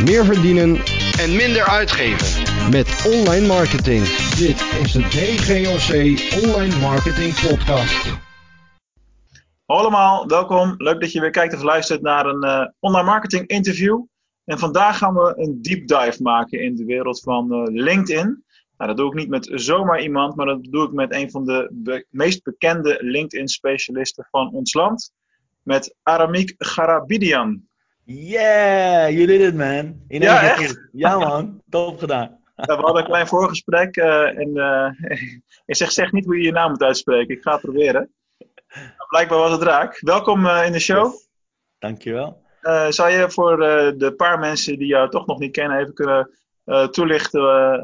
meer verdienen en minder uitgeven met online marketing. Dit is de DGOC Online Marketing Podcast. Hallo allemaal, welkom. Leuk dat je weer kijkt of luistert naar een online marketing interview. En vandaag gaan we een deep dive maken in de wereld van LinkedIn. Nou, dat doe ik niet met zomaar iemand, maar dat doe ik met een van de meest bekende LinkedIn specialisten van ons land. Met Aramik Garabidian. Yeah, you did it, man. Ja, echt? Ja, man. Top gedaan. Ja, we hadden een klein voorgesprek en ik zeg niet hoe je je naam moet uitspreken. Ik ga het proberen. Nou, blijkbaar was het raak. Welkom in de show. Yes. Dankjewel. Zou je voor de paar mensen die jou toch nog niet kennen even kunnen toelichten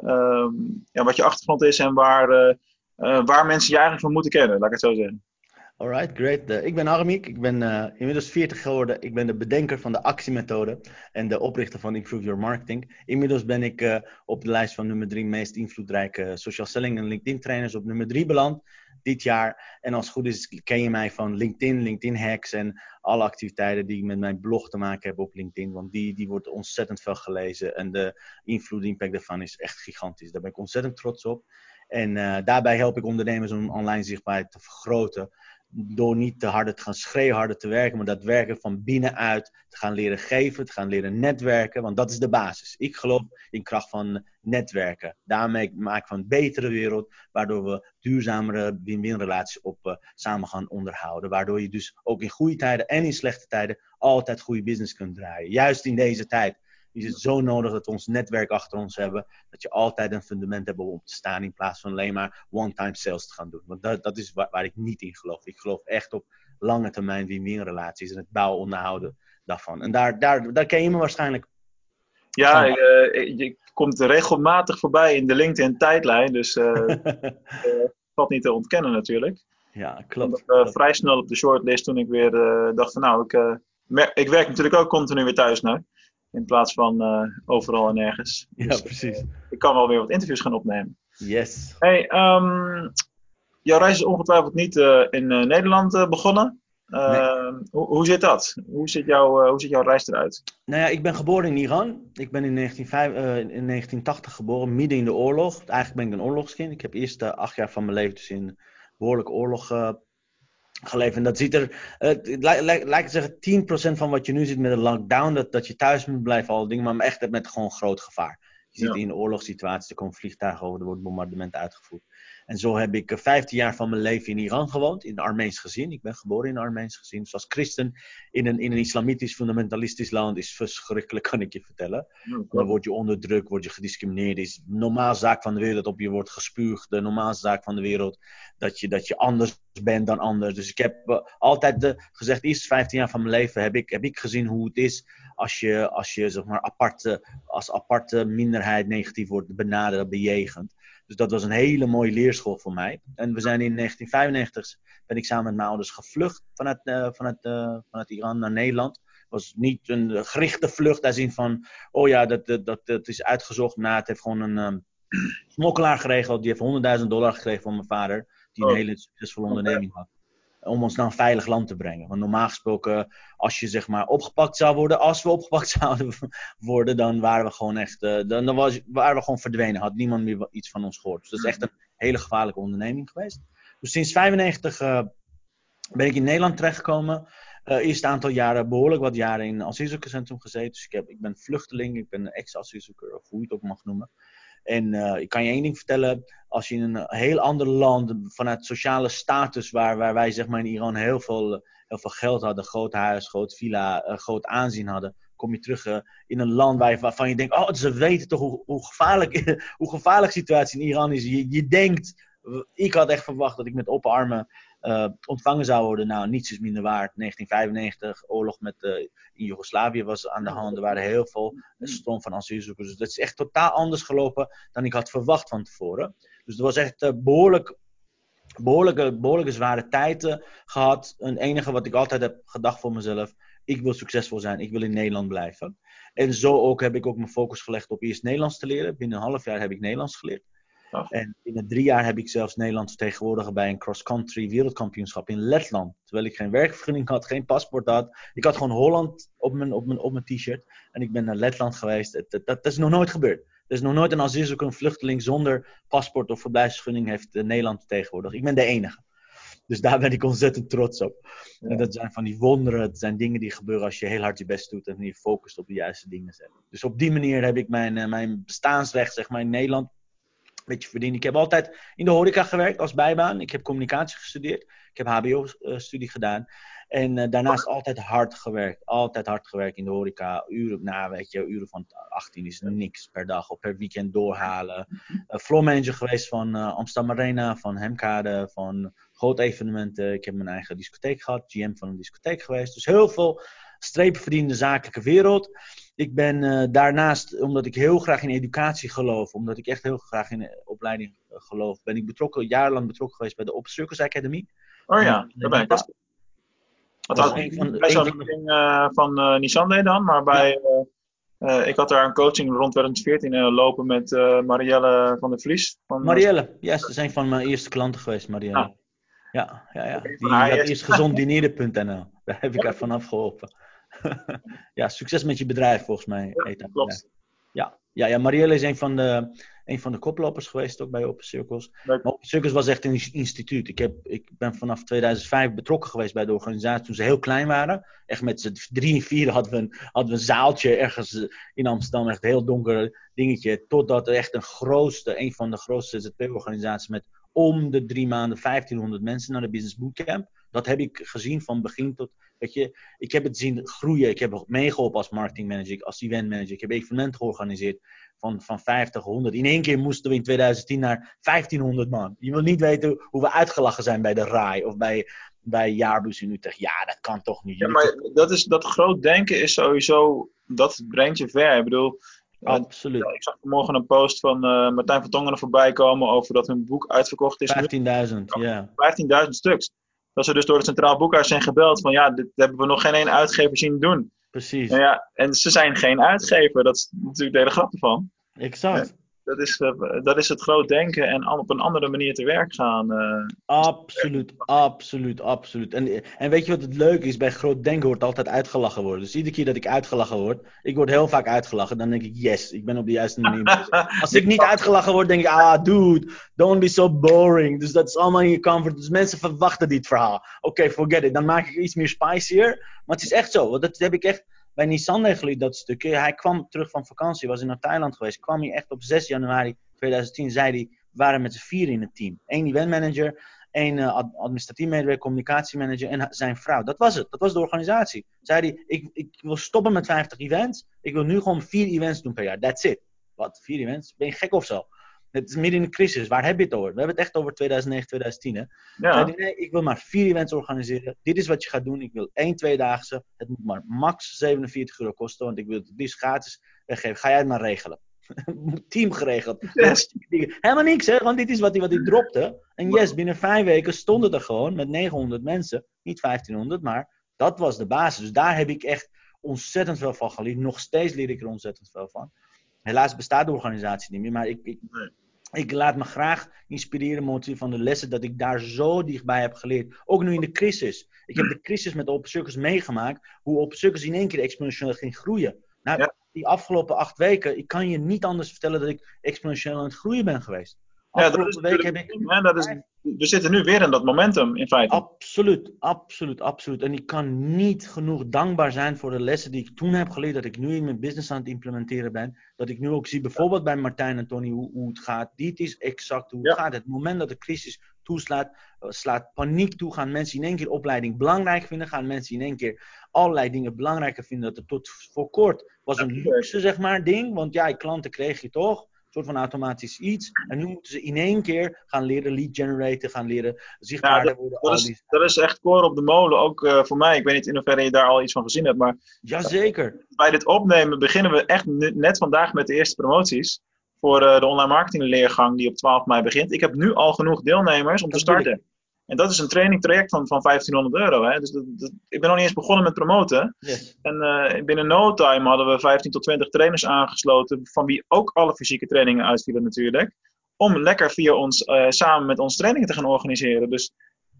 wat je achtergrond is en waar mensen je eigenlijk van moeten kennen, laat ik het zo zeggen. Alright, great. Ik ben Aramik. Ik ben inmiddels 40 geworden. Ik ben de bedenker van de actiemethode en de oprichter van Improve Your Marketing. Inmiddels ben ik op de lijst van nummer 3 meest invloedrijke social selling en LinkedIn trainers op nummer 3 beland dit jaar. En als het goed is ken je mij van LinkedIn hacks en alle activiteiten die ik met mijn blog te maken heb op LinkedIn. Want die wordt ontzettend veel gelezen en de invloed, impact daarvan is echt gigantisch. Daar ben ik ontzettend trots op. En daarbij help ik ondernemers om online zichtbaarheid te vergroten. Door niet te harder te gaan schreeuwen, harder te werken, maar dat werken van binnenuit te gaan leren geven, te gaan leren netwerken, want dat is de basis. Ik geloof in kracht van netwerken. Daarmee maken we een betere wereld, waardoor we duurzamere win-win relaties samen gaan onderhouden. Waardoor je dus ook in goede tijden en in slechte tijden altijd goede business kunt draaien. Juist in deze tijd is het zo nodig dat we ons netwerk achter ons hebben. Dat je altijd een fundament hebt om op te staan. In plaats van alleen maar one-time sales te gaan doen. Want dat is waar ik niet in geloof. Ik geloof echt op lange termijn win-win relaties. En het bouwen onderhouden daarvan. En daar ken je me waarschijnlijk. Ja, je komt regelmatig voorbij in de LinkedIn tijdlijn. Dus valt niet te ontkennen natuurlijk. Ja, klopt. Vrij snel op de shortlist toen ik weer dacht van nou, ik werk natuurlijk ook continu weer thuis nu. In plaats van overal en nergens. Dus, ja, precies. Ik kan wel weer wat interviews gaan opnemen. Yes. Hey, jouw reis is ongetwijfeld niet in Nederland begonnen. Nee. Hoe zit dat? Hoe ziet jouw reis eruit? Nou ja, ik ben geboren in Iran. Ik ben in 1980 geboren, midden in de oorlog. Eigenlijk ben ik een oorlogskind. Ik heb eerst 8 jaar van mijn leven dus in behoorlijke oorlog geleefd. En dat ziet er, lijkt te zeggen, 10% van wat je nu ziet met een lockdown, dat je thuis moet blijven, alle dingen, maar echt met gewoon groot gevaar. Je ziet in de oorlogssituaties, er komen vliegtuigen over, er wordt bombardement uitgevoerd. En zo heb ik 15 jaar van mijn leven in Iran gewoond, in een Armeens gezin. Ik ben geboren in een Armeens gezin. Dus als christen in een islamitisch, fundamentalistisch land is verschrikkelijk, kan ik je vertellen. Dan word je onderdrukt, word je gediscrimineerd. Het is de normale zaak van de wereld dat op je wordt gespuugd. De normale zaak van de wereld dat je anders bent dan anders. Dus ik heb altijd gezegd, eerst 15 jaar van mijn leven heb ik gezien hoe het is als je zeg maar als aparte minderheid negatief wordt benaderd, bejegend. Dus dat was een hele mooie leerschool voor mij. En we zijn in 1995, ben ik samen met mijn ouders gevlucht vanuit Iran naar Nederland. Het was niet een gerichte vlucht, als in van, oh ja, dat is uitgezocht. Nou, het heeft gewoon een smokkelaar geregeld. Die heeft $100.000 gekregen van mijn vader, die een hele succesvolle onderneming had. Om ons naar een veilig land te brengen. Want normaal gesproken, als je zeg maar opgepakt zou worden, als we opgepakt zouden worden, dan waren we gewoon echt, waren we gewoon verdwenen. Had niemand meer iets van ons gehoord. Dus dat is echt een hele gevaarlijke onderneming geweest. Dus sinds 1995 ben ik in Nederland terechtgekomen. Eerst een aantal jaren, behoorlijk wat jaren in een asielzoekerscentrum gezeten. Dus ik ben vluchteling, ik ben een ex-asielzoeker, of hoe je het ook mag noemen. En ik kan je één ding vertellen, als je in een heel ander land, vanuit sociale status, waar wij zeg maar in Iran heel veel geld hadden, groot huis, groot villa, groot aanzien hadden, kom je terug in een land waarvan je denkt, oh, ze weten toch hoe gevaarlijk de situatie in Iran is. Je denkt, ik had echt verwacht dat ik met open armen ontvangen zou worden. Nou, niets is minder waard. 1995, oorlog in Joegoslavië was aan de hand. Er waren heel veel stroom van asielzoekers. Dus dat is echt totaal anders gelopen dan ik had verwacht van tevoren. Dus er was echt behoorlijke zware tijden gehad. En het enige wat ik altijd heb gedacht voor mezelf, ik wil succesvol zijn, ik wil in Nederland blijven. En zo heb ik ook mijn focus gelegd op eerst Nederlands te leren. Binnen een half jaar heb ik Nederlands geleerd. Gaaf. En in de 3 jaar heb ik zelfs Nederland vertegenwoordigd bij een cross-country wereldkampioenschap in Letland. Terwijl ik geen werkvergunning had, geen paspoort had. Ik had gewoon Holland op mijn t-shirt. En ik ben naar Letland geweest. Dat is nog nooit gebeurd. Er is nog nooit een asielzoeker, een vluchteling zonder paspoort of verblijfsvergunning heeft Nederland vertegenwoordigd. Ik ben de enige. Dus daar ben ik ontzettend trots op. Ja. En dat zijn van die wonderen, het zijn dingen die gebeuren als je heel hard je best doet en je focust op de juiste dingen zet. Dus op die manier heb ik mijn bestaansrecht, zeg maar, in Nederland een beetje verdiend. Ik heb altijd in de horeca gewerkt als bijbaan. Ik heb communicatie gestudeerd. Ik heb HBO-studie gedaan. En daarnaast altijd hard gewerkt. Altijd hard gewerkt in de horeca. Uren van 18 is niks per dag of per weekend doorhalen. Floor manager geweest van Amsterdam Arena, van Hemkade, van grote evenementen. Ik heb mijn eigen discotheek gehad. GM van een discotheek geweest. Dus heel veel strepen verdiende zakelijke wereld. Ik ben daarnaast, omdat ik heel graag in educatie geloof, omdat ik echt heel graag in de opleiding geloof, ben ik jarenlang betrokken geweest bij de Open Circus Academy. Oh ja, daar ben ik vast. Wat had bij zo'n meeting van Nissan dan, maar bij, ik had daar een coaching rond 2014 lopen met Marielle van der Vries. Marielle, yes, dat is een van mijn eerste klanten geweest, Marielle. Ah. Ja. Die had eerst gezonddineren.nl. Daar heb ik haar vanaf geholpen. Ja, succes met je bedrijf volgens mij. Ja, klopt. Ja, Marielle is een van de koplopers geweest ook bij Open Circles. Maar Open Circles was echt een instituut. Ik ben vanaf 2005 betrokken geweest bij de organisatie toen ze heel klein waren. Echt met z'n 3 en 4 hadden we een zaaltje ergens in Amsterdam. Echt een heel donker dingetje. Totdat er echt een van de grootste ZZP-organisaties met om de 3 maanden 1500 mensen naar de Business Bootcamp. Dat heb ik gezien van begin tot, weet je, ik heb het zien groeien. Ik heb meegeholpen als marketingmanager, als eventmanager. Ik heb evenementen georganiseerd van 50, 100. In één keer moesten we in 2010 naar 1500 man. Je wil niet weten hoe we uitgelachen zijn bij de RAI of bij Jaarbus in Utrecht. Ja, dat kan toch niet. Ja, maar dat groot denken is sowieso, dat brengt je ver. Ik bedoel, absoluut. Ik zag vanmorgen een post van Martijn van Tongeren voorbij komen over dat hun boek uitverkocht is. 15.000, ja. 15.000 stuks. Dat ze dus door het Centraal Boekhuis zijn gebeld van ja, dit hebben we nog geen één uitgever zien doen. Precies. En ze zijn geen uitgever. Dat is natuurlijk de hele grap ervan. Exact. Dat is het groot denken en op een andere manier te werk gaan. Absoluut. En weet je wat het leuke is? Bij groot denken wordt altijd uitgelachen worden. Dus iedere keer dat ik uitgelachen word, ik word heel vaak uitgelachen, dan denk ik, yes, ik ben op de juiste manier bezig. Als ik niet uitgelachen word, denk ik, dude, don't be so boring. Dus dat is allemaal in je comfort. Dus mensen verwachten dit verhaal. Oké, forget it. Dan maak ik iets meer spicier. Maar het is echt zo, want dat heb ik echt bij Nissan geleerd, dat stukje. Hij kwam terug van vakantie, was in Thailand geweest. Kwam hij echt op 6 januari 2010, zei hij, we waren met z'n 4 in het team. 1 eventmanager, 1 administratief medewerker, communicatiemanager en zijn vrouw. Dat was het, dat was de organisatie. Zei hij, ik wil stoppen met 50 events. Ik wil nu gewoon 4 events doen per jaar. That's it. Wat, 4 events? Ben je gek of zo? Het is midden in de crisis. Waar heb je het over? We hebben het echt over 2009, 2010. Hè? Ja. Zei hij, nee, ik wil maar 4 events organiseren. Dit is wat je gaat doen. Ik wil 1 tweedaagse. Het moet maar max €47 kosten. Want ik wil het liefst gratis weggeven. Ga jij het maar regelen. Team geregeld. Yes. Helemaal niks, hè? Want dit is wat hij dropte. En yes, binnen 5 weken stond het er gewoon met 900 mensen. Niet 1500, maar dat was de basis. Dus daar heb ik echt ontzettend veel van geleerd. Nog steeds leer ik er ontzettend veel van. Helaas bestaat de organisatie niet meer, maar ik laat me graag inspireren, motiveren van de lessen dat ik daar zo dichtbij heb geleerd. Ook nu in de crisis. Ik heb de crisis met Open Circus meegemaakt. Hoe Open Circus in één keer exponentieel ging groeien. Nou, die afgelopen 8 weken, ik kan je niet anders vertellen dat ik exponentieel aan het groeien ben geweest. Afgelopen week heb ik... We zitten nu weer in dat momentum, in feite. Absoluut. En ik kan niet genoeg dankbaar zijn voor de lessen die ik toen heb geleerd, dat ik nu in mijn business aan het implementeren ben. Dat ik nu ook zie, bijvoorbeeld bij Martijn en Tony, hoe het gaat. Dit is exact hoe het gaat. Het moment dat de crisis toeslaat, slaat paniek toe, gaan mensen in één keer opleiding belangrijk vinden, gaan mensen in één keer allerlei dingen belangrijker vinden. Dat het tot voor kort was een luxe, zeg maar, ding. Want ja, klanten kreeg je toch. Een soort van automatisch iets. En nu moeten ze in één keer gaan leren lead generaten, gaan leren zichtbaarder worden. Dat is echt koren op de molen, ook voor mij. Ik weet niet in hoeverre je daar al iets van gezien hebt, maar... Jazeker. Bij dit opnemen beginnen we echt net vandaag met de eerste promoties voor de online marketing leergang die op 12 mei begint. Ik heb nu al genoeg deelnemers om te starten. En dat is een trainingtraject van €1500. Hè? Dus ik ben nog niet eens begonnen met promoten. Yes. En binnen no time hadden we 15 tot 20 trainers aangesloten, van wie ook alle fysieke trainingen uitvielen natuurlijk. om lekker via ons samen met ons trainingen te gaan organiseren. Dus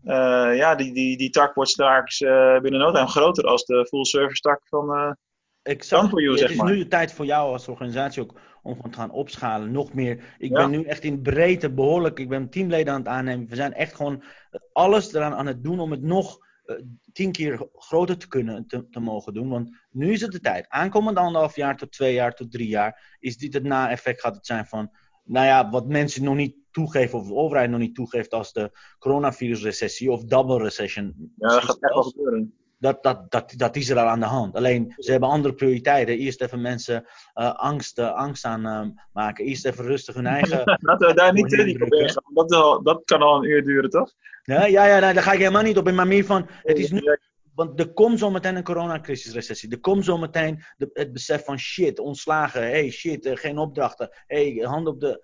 die tak wordt straks binnen no time groter als de full service tak van exact. For You, het zeg is maar. nu de tijd voor jou als organisatie ook om gewoon te gaan opschalen. Nog meer. Ik Ja. ben nu echt in breedte behoorlijk. Ik ben teamleden aan het aannemen. We zijn echt gewoon alles eraan aan het doen om het nog 10 keer groter te kunnen te mogen doen. Want nu is het de tijd. Aankomend 1,5 jaar tot 2 jaar tot 3 jaar is dit het na-effect gaat het zijn van wat mensen nog niet toegeven of de overheid nog niet toegeeft als de coronavirusrecessie of double recession. Ja, dat gaat echt wel gebeuren. Dat is er al aan de hand. Alleen, ze hebben andere prioriteiten. Eerst even mensen angst aan maken. Eerst even rustig hun eigen... Laten we daar niet te diep op ingaan. Dat kan al een uur duren, toch? Nee, daar ga ik helemaal niet op in. Maar meer van, het is nu... Want er komt zometeen een coronacrisisrecessie. Er komt zometeen het besef van shit, ontslagen. Hey, shit, geen opdrachten. Hey, hand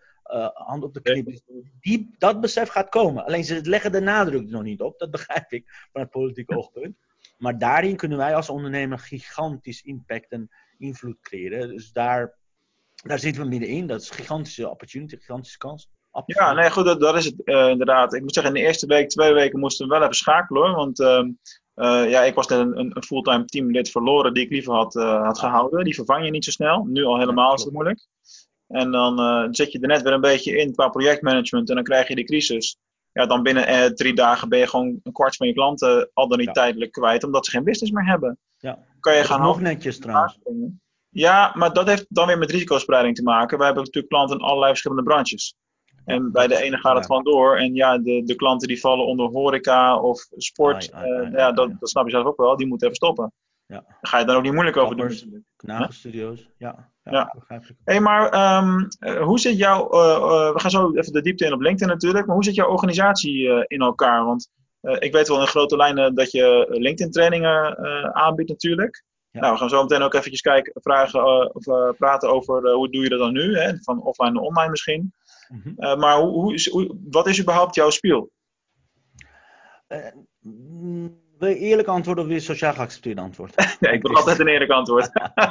op de knip. Dat besef gaat komen. Alleen ze leggen de nadruk er nog niet op. Dat begrijp ik van het politieke oogpunt. Maar daarin kunnen wij als ondernemer gigantisch impact en invloed creëren. Dus daar zitten we middenin. Dat is een gigantische opportunity, gigantische kans. Absoluut. Ja, nee, goed, dat is het inderdaad. Ik moet zeggen, in de eerste 2 weken moesten we wel even schakelen hoor. Want ik was net een fulltime teamlid verloren die ik liever had gehouden. Die vervang je niet zo snel. Nu al helemaal is het moeilijk. En dan zet je er net weer een beetje in qua projectmanagement en dan krijg je die crisis. Ja, dan binnen 3 dagen ben je gewoon een kwart van je klanten al dan niet tijdelijk kwijt, omdat ze geen business meer hebben. Ja. Kan je gaan nog netjes trouwens. Ja, maar dat heeft dan weer met risicospreiding te maken. Wij hebben natuurlijk klanten in allerlei verschillende branches. En bij de ene gaat het gewoon door. En ja, de klanten die vallen onder horeca of sport, dat snap je zelf ook wel, die moeten even stoppen. Ja. Daar ga je dan ook niet moeilijk over doen. Nagelstudio's, ja. Begrijp ik. Hey, maar hoe zit jouw... we gaan zo even de diepte in op LinkedIn natuurlijk. Maar hoe zit jouw organisatie in elkaar? Want ik weet wel in grote lijnen dat je LinkedIn trainingen aanbiedt natuurlijk. Ja. Nou, we gaan zo meteen ook eventjes praten over hoe doe je dat dan nu? Hè? Van offline naar online misschien. Mm-hmm. Maar wat is überhaupt jouw spiel? Wil je eerlijk antwoorden of wil je sociaal geaccepteerd antwoord? Nee, ik wil altijd een eerlijk antwoord.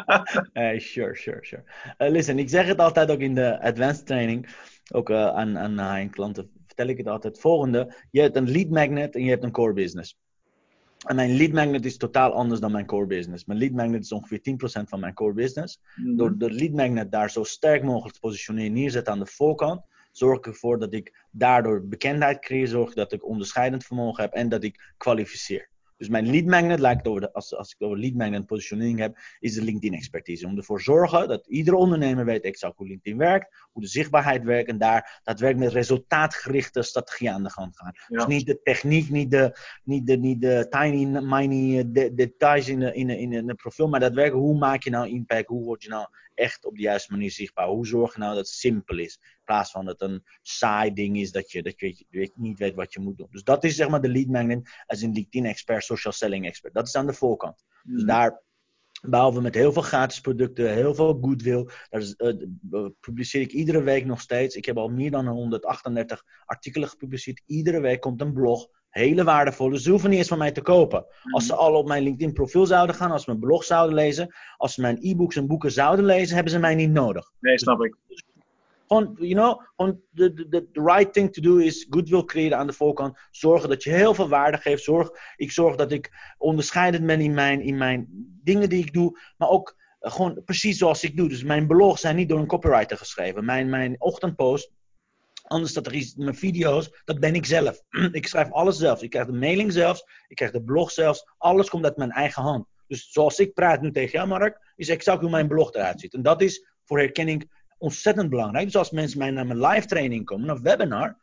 Sure. Listen, ik zeg het altijd ook in de advanced training, ook aan high-end klanten, vertel ik het altijd. Volgende, je hebt een lead magnet en je hebt een core business. En mijn lead magnet is totaal anders dan mijn core business. Mijn lead magnet is ongeveer 10% van mijn core business. Mm-hmm. Door de lead magnet daar zo sterk mogelijk te positioneren, neerzetten aan de voorkant, zorg ik ervoor dat ik daardoor bekendheid creëer, zorg dat ik onderscheidend vermogen heb en dat ik kwalificeer. Dus mijn lead magnet, als ik over lead magnet positionering heb, is de LinkedIn expertise. Om ervoor te zorgen dat iedere ondernemer weet exact hoe LinkedIn werkt, hoe de zichtbaarheid werkt en daar daadwerkelijk met resultaatgerichte strategie aan de gang gaan. Ja. Dus niet de techniek, niet de tiny, miny details in het profiel, maar daadwerkelijk hoe maak je nou impact, hoe word je nou echt op de juiste manier zichtbaar, hoe zorg je nou dat het simpel is, in plaats van dat het een saai ding is dat je niet weet wat je moet doen. Dus dat is zeg maar de lead magnet als een LinkedIn expert, social selling expert. Dat is aan de voorkant. Dus daar bouwen we met heel veel gratis producten, heel veel goodwill. Daar publiceer ik iedere week nog steeds. Ik heb al meer dan 138 artikelen gepubliceerd. Iedere week komt een blog. Hele waardevolle. Ze hoeven niet eens van mij te kopen. Als ze al op mijn LinkedIn profiel zouden gaan, als ze mijn blog zouden lezen, als ze mijn e-books en boeken zouden lezen, hebben ze mij niet nodig. Nee, snap ik. Gewoon, the right thing to do is goodwill creëren aan de voorkant. Zorgen dat je heel veel waarde geeft. Ik zorg dat ik onderscheidend ben in mijn dingen die ik doe. Maar ook gewoon precies zoals ik doe. Dus mijn blogs zijn niet door een copywriter geschreven. Mijn ochtendpost, andere strategie, mijn video's, dat ben ik zelf. Ik schrijf alles zelf. Ik krijg de mailing zelfs. Ik krijg de blog zelfs. Alles komt uit mijn eigen hand. Dus zoals ik praat nu tegen jou, Mark, is exact hoe mijn blog eruit ziet. En dat is voor herkenning ontzettend belangrijk. Dus als mensen naar mijn live training komen, een webinar,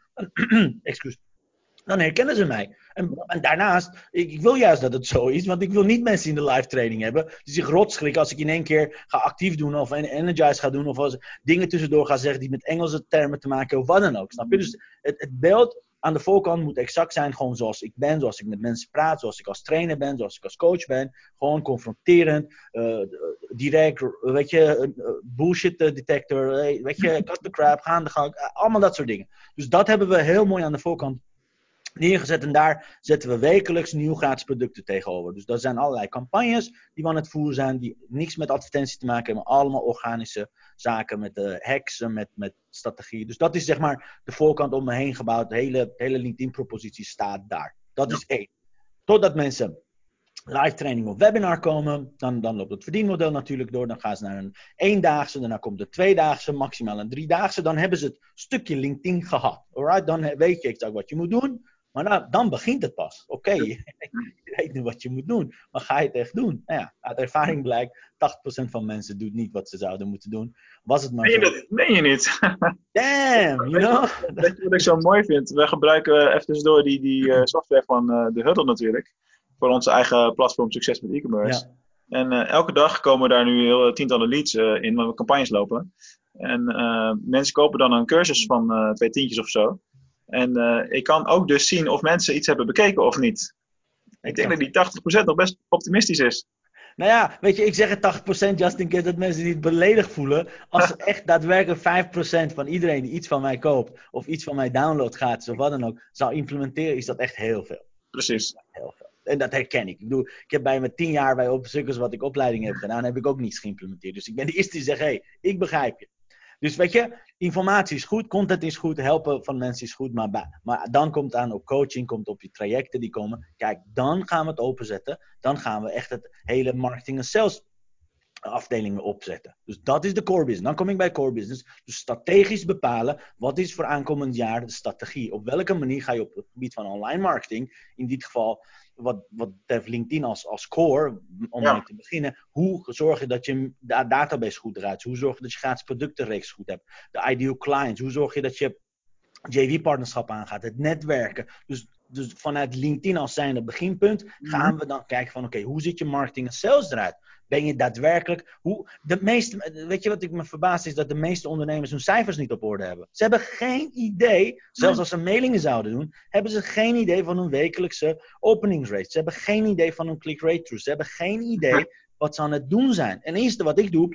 dan herkennen ze mij. En daarnaast, ik wil juist dat het zo is, want ik wil niet mensen in de live training hebben die zich rotschrikken als ik in één keer ga actief doen of een energize ga doen of als dingen tussendoor ga zeggen die met Engelse termen te maken hebben of wat dan ook. Snap je? Dus het beeld aan de voorkant moet exact zijn, gewoon zoals ik ben, zoals ik met mensen praat, zoals ik als trainer ben, zoals ik als coach ben. Gewoon confronterend, direct, weet je, bullshit detector, weet je, cut the crap, ga aan de gang, allemaal dat soort dingen. Dus dat hebben we heel mooi aan de voorkant neergezet en daar zetten we wekelijks nieuw gratis producten tegenover. Dus dat zijn allerlei campagnes die we aan het voeren zijn, die niks met advertentie te maken hebben, maar allemaal organische zaken met hacks, met strategie. Dus dat is zeg maar de voorkant om me heen gebouwd. De hele LinkedIn-propositie staat daar. Dat is één. Totdat mensen live training of webinar komen, dan loopt het verdienmodel natuurlijk door. Dan gaan ze naar een eendaagse, daarna komt de tweedaagse, maximaal een driedaagse. Dan hebben ze het stukje LinkedIn gehad. Alright, dan weet je exact wat je moet doen. Maar dan begint het pas. Oké, je weet nu wat je moet doen. Maar ga je het echt doen? Nou ja, uit ervaring blijkt, 80% van mensen doet niet wat ze zouden moeten doen. Was het maar zo. Meen je niet? Damn, you know? Weet je wat ik zo mooi vind? We gebruiken even tussendoor die software van de Huddle natuurlijk. Voor onze eigen platform Succes met e-commerce. Ja. En elke dag komen daar nu heel tientallen leads in, waar we campagnes lopen. En mensen kopen dan een cursus van 2 tientjes of zo. En ik kan ook dus zien of mensen iets hebben bekeken of niet. Ik denk dat die 80% nog best optimistisch is. Nou ja, weet je, ik zeg het 80% just in case dat mensen niet beledigd voelen. Als er echt daadwerkelijk 5% van iedereen die iets van mij koopt, of iets van mij downloadt gratis, of wat dan ook, zou implementeren, is dat echt heel veel. Precies. Heel veel. En dat herken ik. Ik bedoel, ik heb bij mijn 10 jaar bij Open wat ik opleiding heb gedaan, heb ik ook niets geïmplementeerd. Dus ik ben de eerste die zegt, hey, ik begrijp je. Dus weet je, informatie is goed, content is goed, helpen van mensen is goed, maar dan komt het aan op coaching, komt op je trajecten die komen. Kijk, dan gaan we het openzetten. Dan gaan we echt het hele marketing en sales afdelingen opzetten. Dus dat is de core business. Dan kom ik bij core business. Dus strategisch bepalen, wat is voor aankomend jaar de strategie? Op welke manier ga je op het gebied van online marketing, in dit geval wat betreft LinkedIn als core, om mee te beginnen, hoe zorg je dat je de database goed draait? Hoe zorg je dat je gratis productenreeks goed hebt? De ideal clients, hoe zorg je dat je JV-partnerschap aangaat? Het netwerken. Dus vanuit LinkedIn als zijnde beginpunt gaan we dan kijken van oké, hoe ziet je marketing en sales eruit? Ben je daadwerkelijk... weet je wat ik me verbaas is dat de meeste ondernemers hun cijfers niet op orde hebben. Ze hebben geen idee, zelfs als ze mailingen zouden doen, hebben ze geen idee van hun wekelijkse openingsrate. Ze hebben geen idee van hun click rate through. Ze hebben geen idee wat ze aan het doen zijn. En het eerste wat ik doe...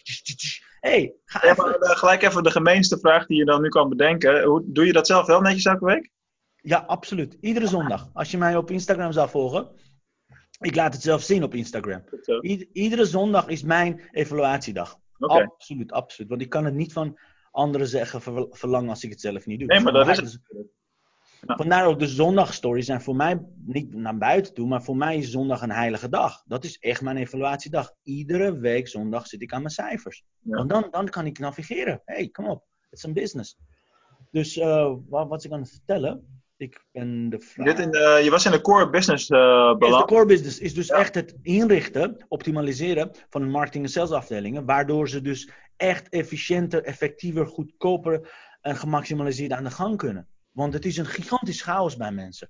ga even... Maar gelijk even de gemeenste vraag die je dan nu kan bedenken. Doe je dat zelf wel netjes elke week? Ja, absoluut. Iedere zondag. Als je mij op Instagram zou volgen... Ik laat het zelf zien op Instagram. Iedere zondag is mijn evaluatiedag. Okay. Absoluut, absoluut. Want ik kan het niet van anderen zeggen verlangen als ik het zelf niet doe. Nee, maar dat is het. Vandaar ook de zondagstories zijn voor mij niet naar buiten toe, maar voor mij is zondag een heilige dag. Dat is echt mijn evaluatiedag. Iedere week zondag zit ik aan mijn cijfers. Ja. Want dan kan ik navigeren. Hey, kom op. Het is een business. Dus wat was ik aan het vertellen? Ik ben de vraag... Je was in de core business beland. De core business is dus echt het inrichten, optimaliseren van de marketing- en salesafdelingen, waardoor ze dus echt efficiënter, effectiever, goedkoper en gemaximaliseerd aan de gang kunnen. Want het is een gigantisch chaos bij mensen.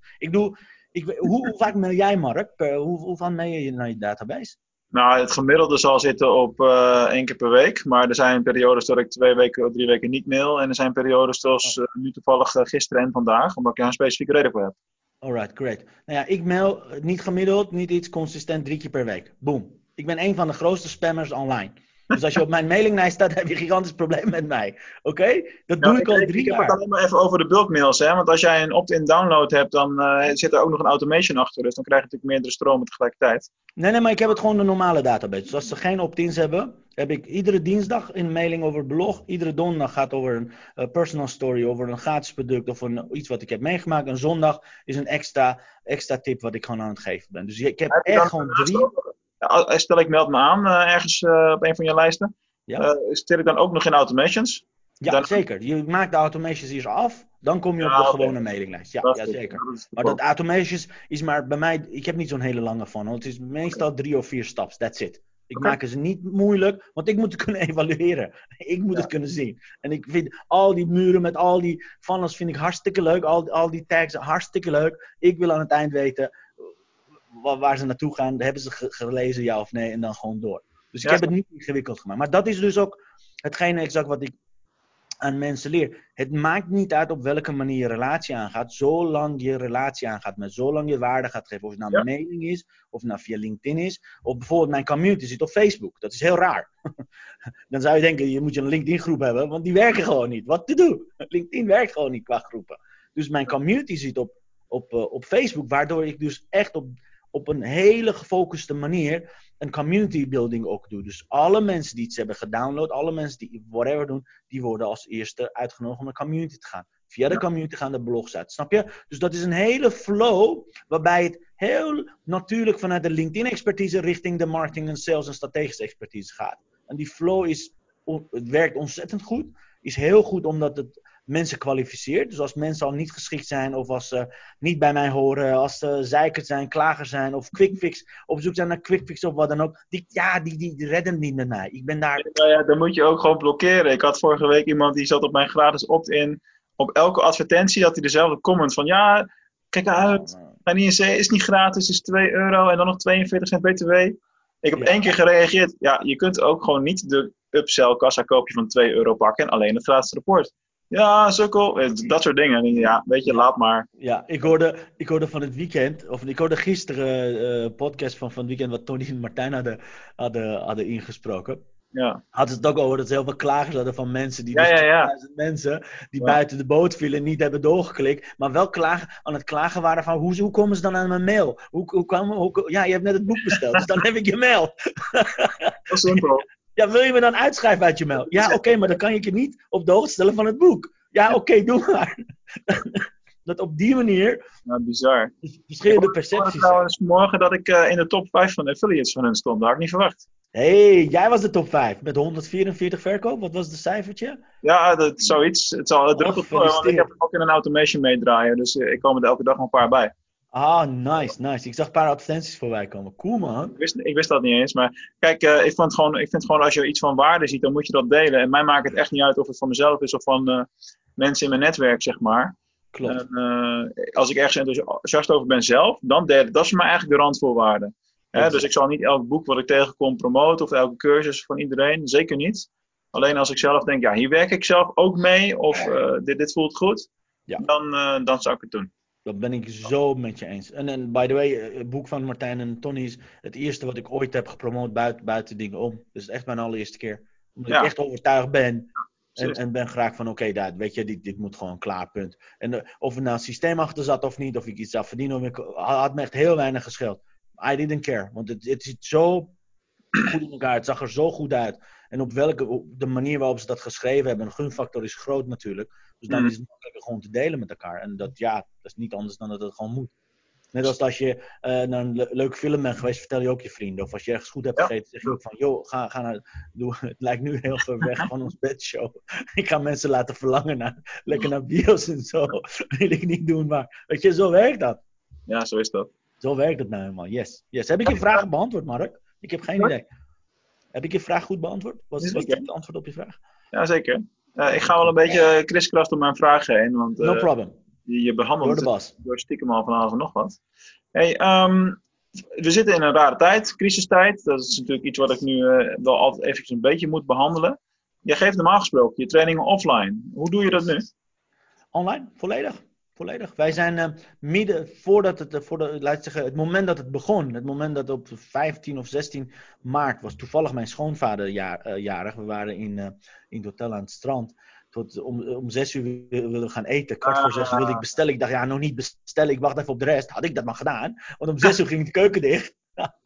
Hoe vaak mail jij, Mark? Hoe vaak mail je naar je database? Nou, het gemiddelde zal zitten op 1 keer per week. Maar er zijn periodes dat ik 2 weken of 3 weken niet mail. En er zijn periodes zoals nu toevallig gisteren en vandaag. Omdat ik daar een specifieke reden voor heb. Alright, great. Nou ja, ik mail niet gemiddeld, niet iets consistent 3 keer per week. Boom. Ik ben een van de grootste spammers online. Dus als je op mijn mailinglijst staat, heb je een gigantisch probleem met mij. Oké? Dat doe ik al 3 jaar. Ik heb het alleen maar even over de bulkmails. Hè? Want als jij een opt-in download hebt, dan zit er ook nog een automation achter. Dus dan krijg je natuurlijk meerdere stromen tegelijkertijd. Nee, maar ik heb het gewoon de normale database. Dus als ze geen opt-ins hebben, heb ik iedere dinsdag een mailing over het blog. Iedere donderdag gaat over een personal story, over een gratis product of iets wat ik heb meegemaakt. En zondag is een extra tip wat ik gewoon aan het geven ben. Dus ik heb echt gewoon 3... Stel ik meld me aan ergens op een van je lijsten. Ja. Stel ik dan ook nog in automations? Ja, zeker. Je maakt de automations hier af, dan kom je op de gewone mailinglijst. Ja, zeker. Maar dat automations is maar bij mij... Ik heb niet zo'n hele lange funnel. Het is meestal 3 of 4 staps. That's it. Ik maak ze niet moeilijk, want ik moet het kunnen evalueren. Ik moet het kunnen zien. En ik vind al die muren met al die funnels vind ik hartstikke leuk. Al die tags hartstikke leuk. Ik wil aan het eind weten waar ze naartoe gaan. Hebben ze gelezen, ja of nee? En dan gewoon door. Dus ik heb het niet ingewikkeld gemaakt. Maar dat is dus ook hetgene exact wat ik aan mensen leer. Het maakt niet uit op welke manier je relatie aangaat. Zolang je relatie aangaat. Met zolang je waarde gaat geven. Of het nou een mailing is. Of het nou via LinkedIn is. Of bijvoorbeeld mijn community zit op Facebook. Dat is heel raar. Dan zou je denken, je moet een LinkedIn groep hebben. Want die werken gewoon niet. Wat te doen? LinkedIn werkt gewoon niet qua groepen. Dus mijn community zit op op Facebook. Waardoor ik dus echt op een hele gefocuste manier een community building ook doe. Dus alle mensen die iets hebben gedownload, alle mensen die whatever doen, die worden als eerste uitgenodigd om naar de community te gaan. Via de community gaan de blogs uit, snap je? Dus dat is een hele flow waarbij het heel natuurlijk vanuit de LinkedIn-expertise richting de marketing en sales en strategische expertise gaat. En die flow het werkt ontzettend goed. Is heel goed omdat het mensen kwalificeert. Dus als mensen al niet geschikt zijn of als ze niet bij mij horen, als ze zeikers zijn, klagers zijn of quickfix, op zoek zijn naar quickfix of wat dan ook. Die redden het niet met mij. Ik ben daar... Ja, dan moet je ook gewoon blokkeren. Ik had vorige week iemand die zat op mijn gratis opt-in. Op elke advertentie had hij dezelfde comment van ja, kijk uit. Mijn INC is niet gratis, is €2 en dan nog 42 cent BTW. Ik heb 1 keer gereageerd. Ja, je kunt ook gewoon niet de upsell kassa koopje van €2 pakken en alleen het gratis rapport. Ja, sukkel. Dat soort dingen. Ja, weet je, laat maar. Ja, ik hoorde van het weekend, of ik hoorde gisteren podcast van het weekend wat Tony en Martijn hadden ingesproken. Ja. Hadden ze het ook over dat ze heel veel klagers hadden van mensen die Ja. 20.000 mensen die buiten de boot vielen niet hebben doorgeklikt, maar wel aan het klagen waren van hoe komen ze dan aan mijn mail? Ja, je hebt net het boek besteld, dus dan heb ik je mail. Dat is simpel. Ja, wil je me dan uitschrijven uit je mail? Ja, oké, maar dan kan ik je niet op de hoogte stellen van het boek. Ja, oké, doe maar. Dat op die manier... Nou, bizar. Verschillende percepties. Ik trouwens morgen dat ik in de top 5 van de affiliates van hen stond. Dat had ik niet verwacht. Jij was de top 5 met 144 verkoop. Wat was het cijfertje? Ja, dat is zoiets. Het druppelt voor, want ik heb hem ook in een automation meedraaien. Dus ik kom er elke dag nog een paar bij. Ah, nice. Ik zag een paar advertenties voorbij komen. Cool, man. Ik wist dat niet eens. Maar kijk, ik vind gewoon als je iets van waarde ziet, dan moet je dat delen. En mij maakt het echt niet uit of het van mezelf is of van mensen in mijn netwerk, zeg maar. Klopt. En, als ik ergens enthousiast over ben zelf, dan delen. Dat is voor mij eigenlijk de randvoorwaarde. Dus ik zal niet elk boek wat ik tegenkom promoten of elke cursus van iedereen. Zeker niet. Alleen als ik zelf denk, ja, hier werk ik zelf ook mee. Of dit voelt goed. Ja. Dan zou ik het doen. Dat ben ik zo met je eens. En by the way, het boek van Martijn en Tony is het eerste wat ik ooit heb gepromoot buiten dingen om. Dus echt mijn allereerste keer. Omdat ik echt overtuigd ben. En ben graag van weet je, dit moet gewoon klaar, punt. En of er nou een systeem achter zat of niet, of ik iets zou verdienen, had me echt heel weinig gescheeld. I didn't care, want het zit zo goed in elkaar, het zag er zo goed uit. En op de manier waarop ze dat geschreven hebben, een gunfactor is groot natuurlijk. Dus dan is het makkelijker gewoon te delen met elkaar. En dat is niet anders dan dat het gewoon moet. Net als als je naar een leuke film bent geweest, vertel je ook je vrienden. Of als je ergens goed hebt gegeten, zeg je ook van, joh, ga naar... Het lijkt nu heel ver weg van ons bedshow. Ik ga mensen laten verlangen lekker naar bios en zo. Wil ik niet doen, maar weet je, zo werkt dat. Ja, zo is dat. Zo werkt het nou helemaal, yes. Heb ik je vragen beantwoord, Mark? Ik heb geen idee. Heb ik je vraag goed beantwoord? Was dit het antwoord op je vraag? Ja, zeker. Ik ga wel een beetje kriskras door mijn vragen heen. Want, no problem. Je behandelt het door stiekem al van alles en nog wat. Hey, we zitten in een rare tijd, crisistijd. Dat is natuurlijk iets wat ik nu wel altijd eventjes een beetje moet behandelen. Je geeft normaal gesproken je trainingen offline. Hoe doe je dat nu? Online, volledig. Wij zijn midden voordat het moment dat het begon, het moment dat op 15 of 16 maart was toevallig mijn schoonvader jarig. We waren in het hotel aan het strand. Om 6 uur wilden we gaan eten. 6:15 wilde ik bestellen. Ik dacht, nog niet bestellen. Ik wacht even op de rest. Had ik dat maar gedaan. Want om 6 uur ging de keuken dicht.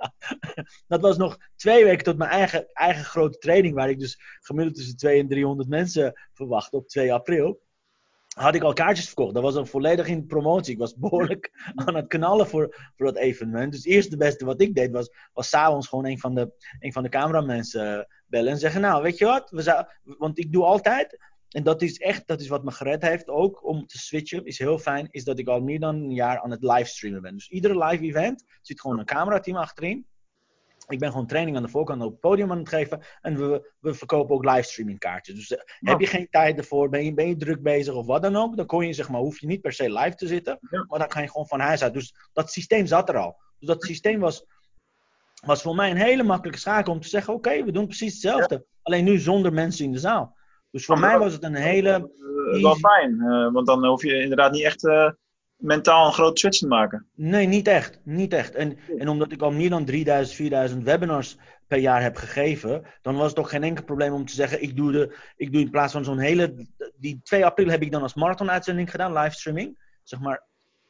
Dat was nog 2 weken tot mijn eigen grote training. Waar ik dus gemiddeld tussen 200 en 300 mensen verwachtte op 2 april. Had ik al kaartjes verkocht. Dat was al volledig in promotie. Ik was behoorlijk aan het knallen voor dat evenement. Dus het eerste beste wat ik deed was 's avonds gewoon een van de cameramensen bellen. En zeggen, nou weet je wat. Want ik doe altijd... En dat is wat me gered heeft ook om te switchen, is heel fijn, is dat ik al meer dan een jaar aan het livestreamen ben. Dus iedere live event zit gewoon een camerateam achterin. Ik ben gewoon training aan de voorkant op het podium aan het geven. En we verkopen ook livestreaming kaartjes. Dus heb je geen tijd ervoor, ben je druk bezig of wat dan ook. Dan hoef je niet per se live te zitten. Maar dan kan je gewoon van huis uit. Dus dat systeem zat er al. Dus dat systeem was voor mij een hele makkelijke schakel om te zeggen, oké, we doen precies hetzelfde. Alleen nu zonder mensen in de zaal. Dus voor mij was het een hele... Wel fijn, want dan hoef je inderdaad niet echt mentaal een grote switch te maken. Nee, niet echt. En omdat ik al meer dan 3000, 4000 webinars per jaar heb gegeven, dan was het toch geen enkel probleem om te zeggen, ik doe in plaats van zo'n hele... Die 2 april heb ik dan als marathon-uitzending gedaan, livestreaming. Zeg maar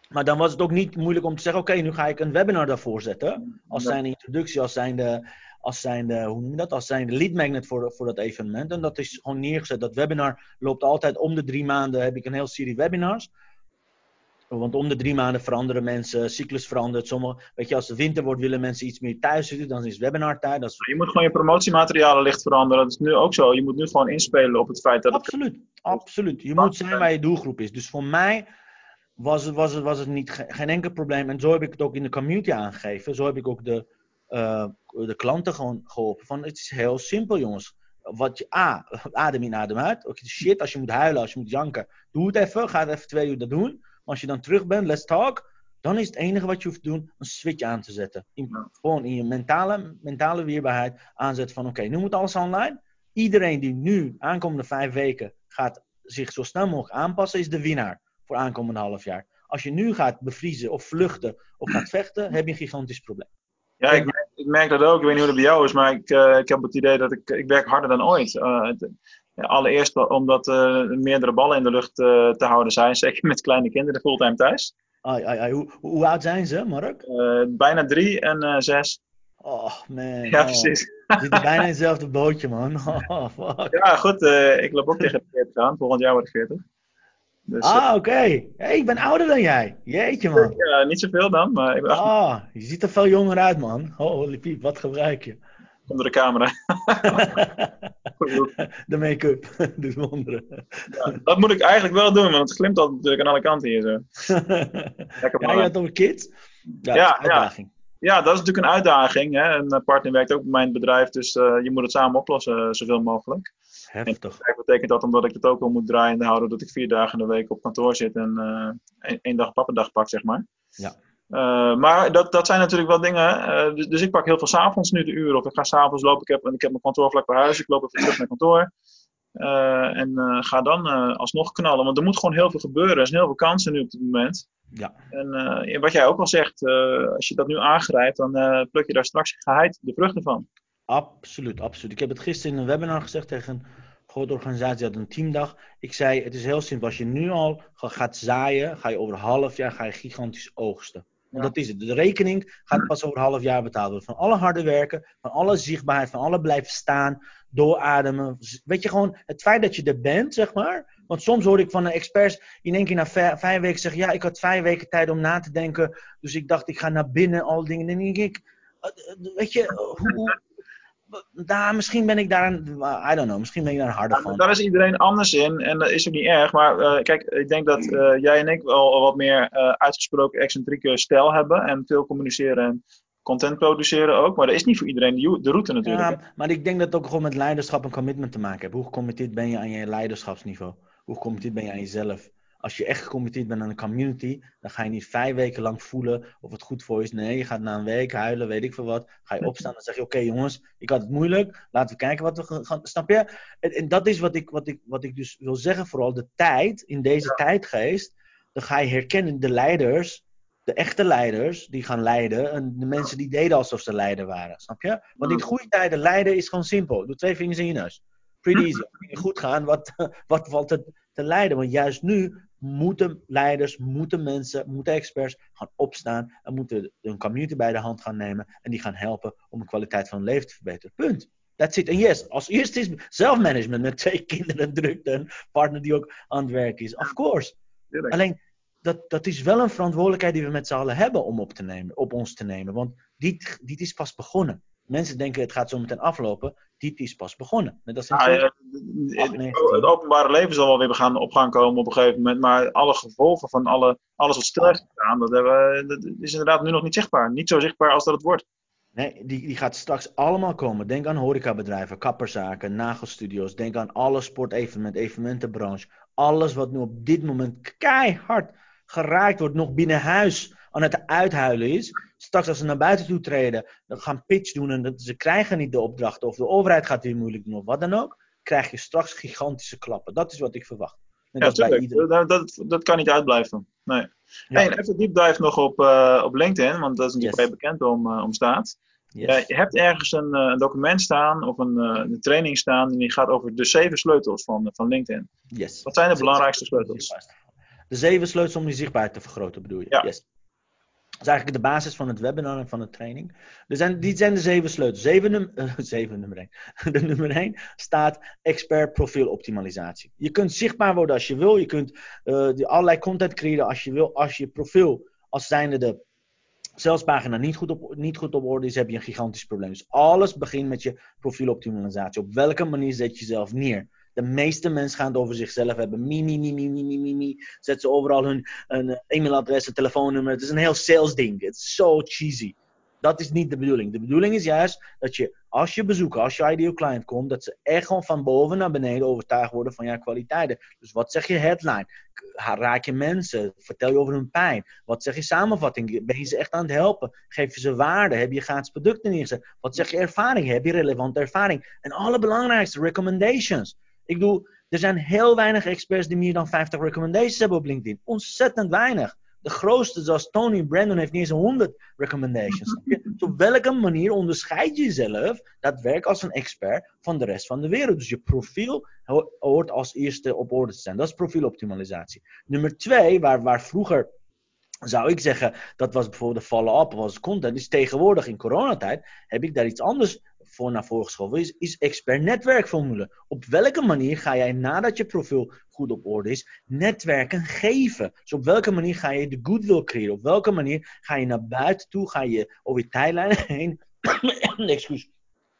Maar dan was het ook niet moeilijk om te zeggen, oké, nu ga ik een webinar daarvoor zetten. Als zijn introductie, als zijn hoe noem je dat? Als zijn de lead magnet voor dat evenement. En dat is gewoon neergezet. Dat webinar loopt altijd om de 3 maanden, heb ik een hele serie webinars. Want om de 3 maanden veranderen mensen, cyclus verandert. Weet je, als de winter wordt, willen mensen iets meer thuis zitten. Dan is webinartijd. Je moet gewoon je promotiematerialen licht veranderen. Dat is nu ook zo. Je moet nu gewoon inspelen op het feit dat Absoluut. Je moet zijn waar je doelgroep is. Dus voor mij was het niet, geen enkel probleem. En zo heb ik het ook in de community aangegeven. Zo heb ik ook de klanten gewoon geholpen. Van, het is heel simpel, jongens. Adem in, adem uit. Okay, shit, als je moet huilen, als je moet janken, doe het even. Ga het even 2 uur dat doen. Maar als je dan terug bent, let's talk. Dan is het enige wat je hoeft te doen, een switch aan te zetten. Gewoon in je mentale weerbaarheid aanzetten van, oké, nu moet alles online. Iedereen die nu aankomende 5 weken gaat zich zo snel mogelijk aanpassen, is de winnaar voor aankomende half jaar. Als je nu gaat bevriezen of vluchten of gaat vechten, heb je een gigantisch probleem. Ja, ik merk dat ook. Ik weet niet hoe dat bij jou is, maar ik heb het idee dat ik werk harder dan ooit. Allereerst omdat meerdere ballen in de lucht te houden zijn, zeker met kleine kinderen fulltime thuis. Hoe oud zijn ze, Mark? Bijna 3 en 6. Oh, man. Ja, precies. We zitten bijna in hetzelfde bootje, man. Oh, fuck. Ja, goed. Ik loop ook tegen de 40 aan. Volgend jaar word ik 40. Dus, oké. Hey, ik ben ouder dan jij. Jeetje, man. Ja, niet zoveel dan, maar ik ben 8. Je ziet er veel jonger uit, man. Holy piep, wat gebruik je? Onder de camera. De make-up doet wonderen. Ja, dat moet ik eigenlijk wel doen, want het glimt altijd natuurlijk aan alle kanten hier zo. Ja, je had over kids? Ja, uitdaging. Ja, dat is natuurlijk een uitdaging. Hè? Een partner werkt ook bij mijn bedrijf, dus je moet het samen oplossen zoveel mogelijk. Heftig. En dat betekent dat omdat ik het ook wel moet draaiende houden, dat ik 4 dagen in de week op kantoor zit en 1 dag pappendag pak, zeg maar. Ja. Maar dat zijn natuurlijk wel dingen. Dus ik pak heel veel 's avonds nu de uren. Of ik ga 's avonds lopen. Ik heb mijn kantoor vlak bij huis. Ik loop even terug naar kantoor. En ga dan alsnog knallen. Want er moet gewoon heel veel gebeuren. Er zijn heel veel kansen nu op dit moment. Ja. En wat jij ook al zegt. Als je dat nu aangrijpt. Dan pluk je daar straks geheid de vruchten van. Absoluut. Ik heb het gisteren in een webinar gezegd tegen een grote organisatie. Die had een teamdag. Ik zei, het is heel simpel. Als je nu al gaat zaaien. Ga je over een half jaar gigantisch oogsten. Want dat is het. De rekening gaat pas over een half jaar betaald worden. Van alle harde werken, van alle zichtbaarheid, van alle blijven staan, doorademen. Weet je, gewoon het feit dat je er bent, zeg maar. Want soms hoor ik van een experts in één keer na 5 weken zeggen, ja, ik had 5 weken tijd om na te denken. Dus ik dacht, ik ga naar binnen, al dingen. En dan denk ik, weet je, misschien ben ik daar I don't know, misschien ben ik daar harder van. Daar is iedereen anders in en dat is ook niet erg. Maar kijk, ik denk dat jij en ik wel wat meer uitgesproken excentrieke stijl hebben. En veel communiceren en content produceren ook. Maar dat is niet voor iedereen de route natuurlijk. Ja, maar ik denk dat het ook gewoon met leiderschap en commitment te maken heeft. Hoe gecommitteerd ben je aan je leiderschapsniveau? Hoe gecommitteerd ben je aan jezelf? Als je echt gecommitteerd bent aan een community, dan ga je niet 5 weken lang voelen of het goed voor je is. Nee, je gaat na een week huilen, weet ik veel wat. Ga je opstaan en zeg je, oké, jongens, ik had het moeilijk. Laten we kijken wat we gaan. Snap je? En dat is wat ik dus wil zeggen, vooral de tijd, in deze tijdgeest. Dan ga je herkennen de leiders, de echte leiders die gaan leiden. En de mensen die deden alsof ze leider waren. Snap je? Want in goede tijden leiden is gewoon simpel. Doe 2 vingers in je neus. Pretty easy. Als het goed gaan, wat valt het te leiden? Want juist nu moeten leiders, moeten mensen, moeten experts gaan opstaan. En moeten een community bij de hand gaan nemen. En die gaan helpen om de kwaliteit van hun leven te verbeteren. Punt. That's it. En yes, als eerste is zelfmanagement met 2 kinderen, drukte, een partner die ook aan het werk is. Of course. Alleen, dat is wel een verantwoordelijkheid die we met z'n allen hebben om op ons te nemen. Want dit is pas begonnen. Mensen denken het gaat zo meteen aflopen. Dit is pas begonnen. Net als het openbare leven zal wel weer op gang komen op een gegeven moment. Maar alle gevolgen van alles wat stil heeft gestaan, dat is inderdaad nu nog niet zichtbaar. Niet zo zichtbaar als dat het wordt. Nee, die gaat straks allemaal komen. Denk aan horecabedrijven, kapperzaken, nagelstudio's. Denk aan alle sportevenementen, evenementenbranche. Alles wat nu op dit moment keihard geraakt wordt, nog binnen huis aan het uithuilen is. Straks als ze naar buiten toe treden, dan gaan pitch doen en ze krijgen niet de opdrachten. Of de overheid gaat weer moeilijk doen of wat dan ook. Krijg je straks gigantische klappen. Dat is wat ik verwacht. Ja, dat kan niet uitblijven. Nee. Ja. Hey, even deep dive nog op LinkedIn, want dat is natuurlijk vrij bekend om staat. Yes. Je hebt ergens een document staan of een training staan en die gaat over de 7 sleutels van LinkedIn. Yes. Wat zijn de belangrijkste sleutels? De 7 sleutels om die zichtbaarheid te vergroten, bedoel je? Ja. Yes. Dat is eigenlijk de basis van het webinar en van de training. Die zijn de 7 sleutels. Nummer 1. De nummer 1 staat expert profiel optimalisatie. Je kunt zichtbaar worden als je wil. Je kunt allerlei content creëren als je wil. Als je profiel, als zijnde de salespagina niet goed op orde is, heb je een gigantisch probleem. Dus alles begint met je profieloptimalisatie. Op welke manier zet je jezelf neer? De meeste mensen gaan het over zichzelf hebben. Zet ze overal hun e-mailadres, een telefoonnummer. Het is een heel sales ding. Het is zo cheesy. Dat is niet de bedoeling. De bedoeling is juist dat je, als je bezoeker, als je ideal client komt, dat ze echt gewoon van boven naar beneden overtuigd worden van jouw kwaliteiten. Dus wat zeg je headline? Raak je mensen? Vertel je over hun pijn? Wat zeg je samenvatting? Ben je ze echt aan het helpen? Geef je ze waarde? Heb je gratis producten neergezet? Wat zeg je ervaring? Heb je relevante ervaring? En allerbelangrijkste, recommendations. Ik bedoel, er zijn heel weinig experts die meer dan 50 recommendations hebben op LinkedIn. Ontzettend weinig. De grootste, zoals Tony Brandon, heeft niet eens 100 recommendations. Dus op welke manier onderscheid je jezelf, dat werkt als een expert, van de rest van de wereld? Dus je profiel hoort als eerste op orde te zijn. Dat is profieloptimalisatie. Nummer 2, waar vroeger, zou ik zeggen, dat was bijvoorbeeld de follow-up, was content. Dus tegenwoordig in coronatijd heb ik daar iets anders voor naar voren geschoven. Is expert netwerkformule. Op welke manier ga jij, nadat je profiel goed op orde is, netwerken geven? Dus op welke manier ga je de goodwill creëren? Op welke manier ga je naar buiten toe? Ga je over je tijdlijn heen? Excuus.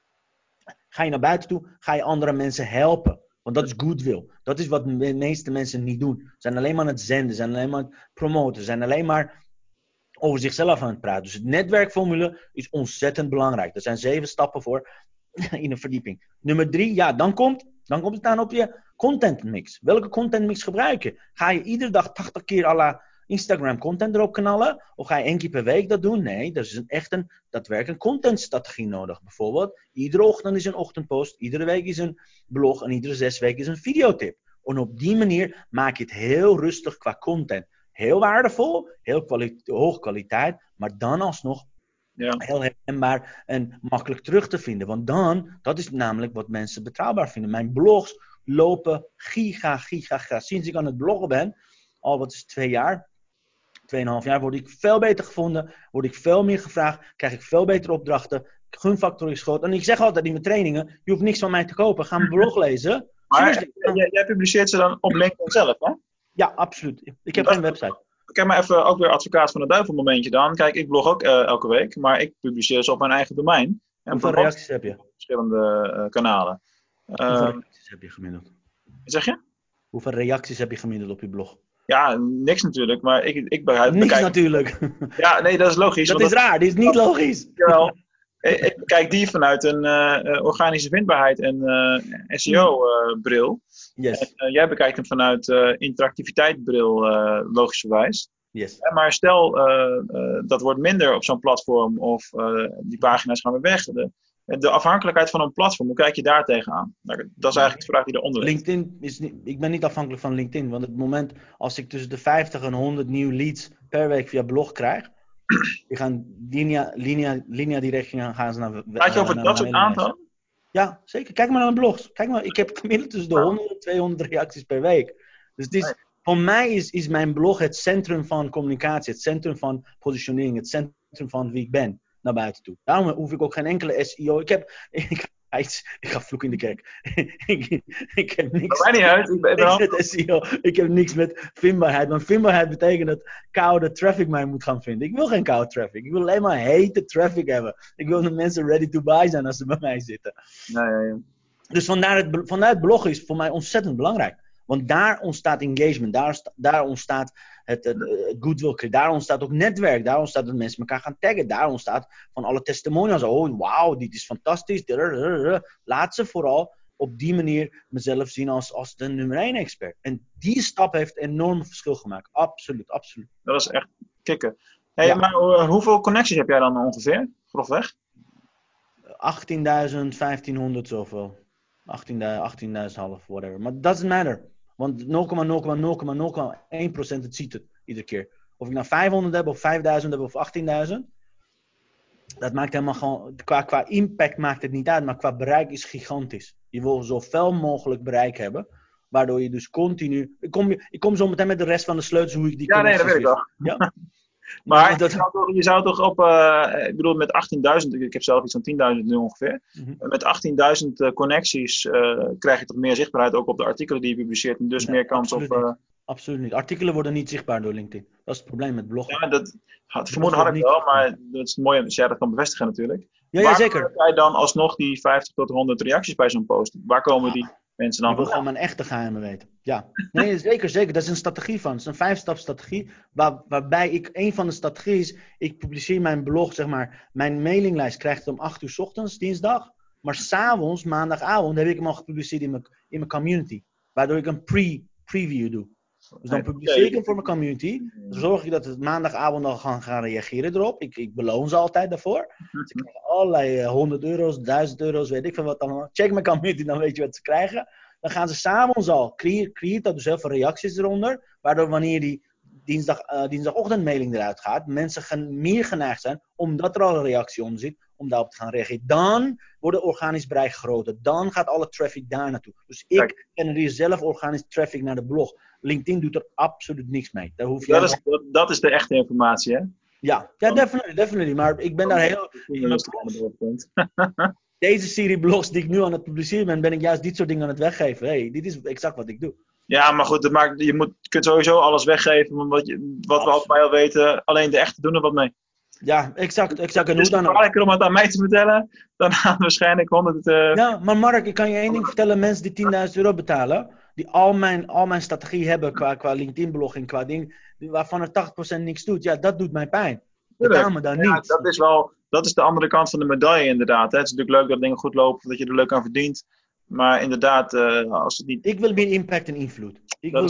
Ga je naar buiten toe? Ga je andere mensen helpen? Want dat is goodwill. Dat is wat de meeste mensen niet doen. Ze zijn alleen maar aan het zenden. Ze zijn alleen maar aan het promoten. Ze zijn alleen maar over zichzelf aan het praten. Dus het netwerkformule is ontzettend belangrijk. Er zijn 7 stappen voor in een verdieping. Nummer 3, ja, dan komt het aan op je content mix. Welke content mix gebruik je? Ga je iedere dag 80 keer à la Instagram content erop knallen? Of ga je 1 keer per week dat doen? Nee, er is daadwerkelijk een contentstrategie nodig. Bijvoorbeeld, iedere ochtend is een ochtendpost, iedere week is een blog en iedere 6 weken is een videotip. En op die manier maak je het heel rustig qua content. Heel waardevol, hoge kwaliteit, maar dan alsnog heel herkenbaar en makkelijk terug te vinden. Want dat is namelijk wat mensen betrouwbaar vinden. Mijn blogs lopen giga. Sinds ik aan het bloggen ben, al wat is 2 jaar, 2,5 jaar, word ik veel beter gevonden, word ik veel meer gevraagd, krijg ik veel betere opdrachten, gunfactor is groot. En ik zeg altijd in mijn trainingen, je hoeft niks van mij te kopen, ga mijn blog lezen. Maar jij publiceert ze dan op LinkedIn zelf, hè? Ja, absoluut. Ik heb geen website. Kijk maar even ook weer advocaat van de duivel momentje dan. Kijk, ik blog ook elke week, maar ik publiceer ze op mijn eigen domein. En hoeveel reacties heb je? Verschillende kanalen. Hoeveel reacties heb je gemiddeld? Wat zeg je? Hoeveel reacties heb je gemiddeld op je blog? Ja, niks natuurlijk, maar ik niks natuurlijk. Ja, nee, dat is logisch. Dat is raar, dit is niet logisch. Jawel. Ik bekijk die vanuit een organische vindbaarheid en SEO-bril. Yes. En jij bekijkt hem vanuit interactiviteit-bril, logischerwijs. Yes. Maar stel, dat wordt minder op zo'n platform of die pagina's gaan weer weg. De afhankelijkheid van een platform, hoe kijk je daar tegenaan? Dat is eigenlijk de vraag die eronder ligt. LinkedIn ik ben niet afhankelijk van LinkedIn, want op het moment als ik tussen de 50 en 100 nieuwe leads per week via blog krijg, die gaan linea direct gaan ze naar. Gaat je over dat soort aantallen? Ja, zeker. Kijk maar naar mijn blogs. Kijk maar, ik heb gemiddeld tussen de 100 en 200 reacties per week. Dus het is, voor mij is mijn blog het centrum van communicatie, het centrum van positionering, het centrum van wie ik ben naar buiten toe. Daarom hoef ik ook geen enkele SEO. Ik ga vloeken in de kerk. ik heb niks. Dat maakt niet uit. Met SEO. Ik heb niks met vindbaarheid. Want vindbaarheid betekent dat koude traffic mij moet gaan vinden. Ik wil geen koude traffic. Ik wil alleen maar hete traffic hebben. Ik wil dat mensen ready to buy zijn als ze bij mij zitten. Nee. Dus vandaar het bloggen is voor mij ontzettend belangrijk. Want daar ontstaat engagement, daar ontstaat het goodwill, daar ontstaat ook netwerk, daar ontstaat dat mensen elkaar gaan taggen, daar ontstaat van alle testimonials, oh wauw, dit is fantastisch, laat ze vooral op die manier mezelf zien als de nummer 1 expert. En die stap heeft een enorm verschil gemaakt, absoluut. Dat is echt kicken. Hey, ja. Maar hoeveel connecties heb jij dan ongeveer, grofweg? 18.000, 1500 zoveel, 18.500, whatever, maar doesn't matter. Want 0,0,0,0,1% het ziet het iedere keer. Of ik nou 500 heb, of 5000 heb, of 18.000. Dat maakt helemaal gewoon... Qua impact maakt het niet uit, maar qua bereik is gigantisch. Je wil zoveel mogelijk bereik hebben. Waardoor je dus continu... Ik kom zo meteen met de rest van de sleutels hoe ik die Ja, nee, dat connecties weet ik wel. Ja? Maar dat, je zou toch op, ik bedoel met 18.000, ik heb zelf iets van 10.000 nu ongeveer. Met 18.000 connecties krijg je toch meer zichtbaarheid ook op de artikelen die je publiceert. En dus meer kans op... Absoluut niet. Artikelen worden niet zichtbaar door LinkedIn. Dat is het probleem met bloggen. Ja, het vermoeden had ik wel, maar dat is mooi als jij dat kan bevestigen natuurlijk. Ja, zeker. Waar krijg jij dan alsnog die 50 tot 100 reacties bij zo'n post? Waar komen die mensen dan Ik wil gewoon mijn echte geheimen weten. Ja, nee, zeker. Dat is een strategie van. Het is een 5-stap-strategie. Waarbij een van de strategieën is, ik publiceer mijn blog, zeg maar. Mijn mailinglijst krijgt het om 8 uur 's ochtends, dinsdag. Maar 's avonds, maandagavond, heb ik hem al gepubliceerd in mijn community. Waardoor ik een preview doe. Dus dan publiceer ik hem voor mijn community. Dan zorg ik dat het maandagavond al gaan reageren erop. Ik beloon ze altijd daarvoor. Ze krijgen allerlei 100 euro's, 1000 euro's, weet ik veel wat allemaal. Check mijn community, dan weet je wat ze krijgen. Dan gaan ze 's avonds al, creëert dat dus heel veel reacties eronder. Waardoor wanneer die dinsdagochtend mailing eruit gaat, mensen meer geneigd zijn, omdat er al een reactie onder zit, om daarop te gaan reageren. Dan wordt de organisch bereik groter. Dan gaat alle traffic daar naartoe. Dus ik genereer zelf organisch traffic naar de blog. LinkedIn doet er absoluut niks mee. Dat is de echte informatie, hè? Ja, definitely. Maar ik ben daar heel... Deze serie blogs die ik nu aan het publiceren ben ik juist dit soort dingen aan het weggeven. Hey, dit is exact wat ik doe. Ja, maar goed, je kunt sowieso alles weggeven, wat we allebei al weten. Alleen de echte doen er wat mee. Ja, exact. En het is gevaarlijker om het aan mij te vertellen dan aan waarschijnlijk 100... Ja, maar Mark, ik kan je één ding vertellen. Mensen die 10.000 euro betalen, die al mijn strategie hebben qua LinkedIn-blogging, qua ding, waarvan er 80% niks doet, ja, dat doet mij pijn. Betaal me dan niet. Dat is de andere kant van de medaille inderdaad. Hè. Het is natuurlijk leuk dat dingen goed lopen, dat je er leuk aan verdient. Maar inderdaad, als het niet... Ik wil meer impact en invloed.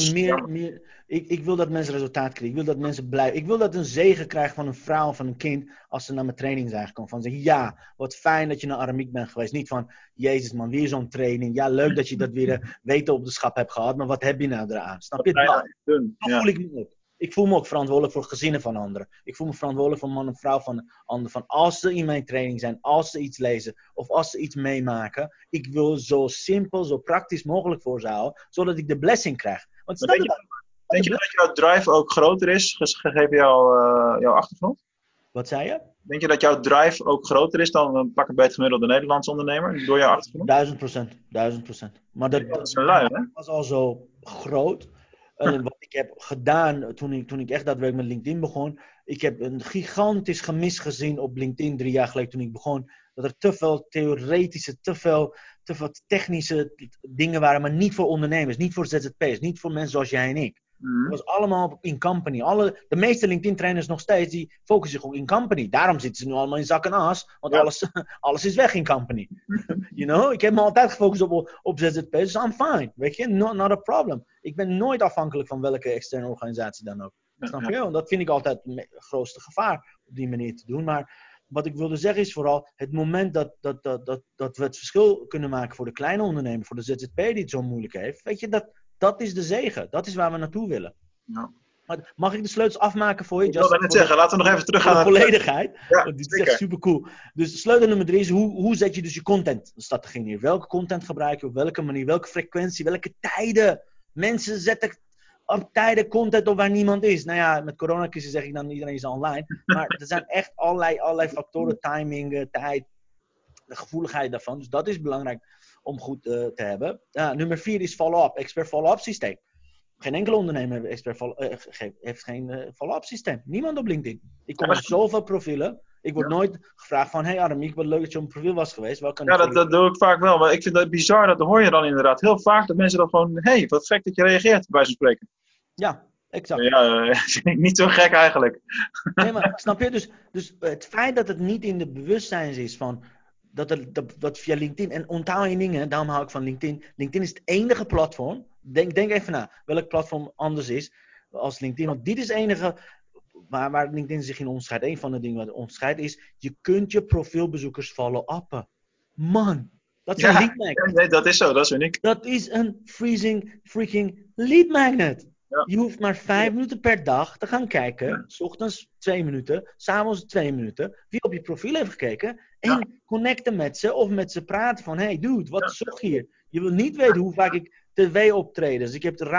Ik wil dat mensen resultaat krijgen. Ik wil dat mensen blijven. Ik wil dat een zegen krijgen van een vrouw of van een kind als ze naar mijn training zijn gekomen. Van zeggen, ja, wat fijn dat je naar Aramiek bent geweest. Niet van, jezus man, weer zo'n training. Ja, leuk dat je dat weer weten op de schap hebt gehad. Maar wat heb je nou eraan? Snap je het? Dat voel ik me ook. Ik voel me ook verantwoordelijk voor gezinnen van anderen. Ik voel me verantwoordelijk voor man en vrouw van anderen. Van als ze in mijn training zijn, als ze iets lezen of als ze iets meemaken. Ik wil zo simpel, zo praktisch mogelijk voor ze houden, zodat ik de blessing krijg. Want denk je dat jouw drive ook groter is, gegeven jouw achtergrond? Wat zei je? Denk je dat jouw drive ook groter is dan pak een beetje gemiddelde Nederlandse ondernemer door jouw achtergrond? 1000%. Maar dat is een lui, hè? was al zo groot. Wat ik heb gedaan toen ik echt daadwerkelijk met LinkedIn begon. Ik heb een gigantisch gemis gezien op LinkedIn 3 jaar geleden toen ik begon. Dat er te veel theoretische, te veel technische dingen waren. Maar niet voor ondernemers, niet voor ZZP'ers, niet voor mensen zoals jij en ik. Het was allemaal in company. De meeste LinkedIn trainers nog steeds, die focussen zich ook in company. Daarom zitten ze nu allemaal in zak en as. Want alles is weg in company. Ik heb me altijd gefocust op ZZP. Dus I'm fine. Weet je, not a problem. Ik ben nooit afhankelijk van welke externe organisatie dan ook. Snap je? Want dat vind ik altijd het grootste gevaar. Op die manier te doen. Maar wat ik wilde zeggen is vooral het moment dat we het verschil kunnen maken voor de kleine ondernemer. Voor de ZZP die het zo moeilijk heeft. Weet je, dat is de zegen. Dat is waar we naartoe willen. Ja. Maar mag ik de sleutels afmaken voor je? Ik wilde net zeggen, laten we nog even teruggaan naar de volledigheid. Ja, want dit is echt super cool. Dus sleutel nummer 3 is, hoe zet je dus je contentstrategie neer? Welke content gebruik je? Op welke manier? Welke frequentie? Welke tijden? Mensen zetten op tijden content op waar niemand is. Nou ja, met coronacrisis zeg ik dan iedereen is online. Maar er zijn echt allerlei factoren. Timing, tijd, de gevoeligheid daarvan. Dus dat is belangrijk om goed te hebben. Nummer 4 is follow-up. Expert follow-up systeem. Geen enkele ondernemer heeft geen follow-up systeem. Niemand op LinkedIn. Ik kom op zoveel profielen. Ik word nooit gevraagd van, hey Aramiek, wat leuk dat je op een profiel was geweest. Dat doe ik vaak wel. Maar ik vind dat bizar, dat hoor je dan inderdaad heel vaak. Dat mensen dan gewoon, hey, wat gek dat je reageert, bij zo'n spreken. Ja, exact. Ja, vind ik niet zo gek eigenlijk. Nee, maar snap je? Dus het feit dat het niet in de bewustzijn is van... Dat via LinkedIn, en onthoud je dingen, daarom hou ik van LinkedIn. LinkedIn is het enige platform, denk even na, welk platform anders is als LinkedIn. Want dit is het enige waar LinkedIn zich in onderscheidt. Een van de dingen wat het onderscheidt is, je kunt je profielbezoekers follow-uppen. Man, dat is een lead magnet. Nee, dat is zo, dat is uniek. Dat is een freaking lead magnet. Ja. Je hoeft maar 5 minuten per dag te gaan kijken. 's Ochtends 2 minuten, 's avonds 2 minuten. Wie op je profiel heeft gekeken. En connecten met ze of met ze praten van... Hey dude, wat zocht hier? Je wil niet weten hoe vaak ik tv-optredens, ik heb de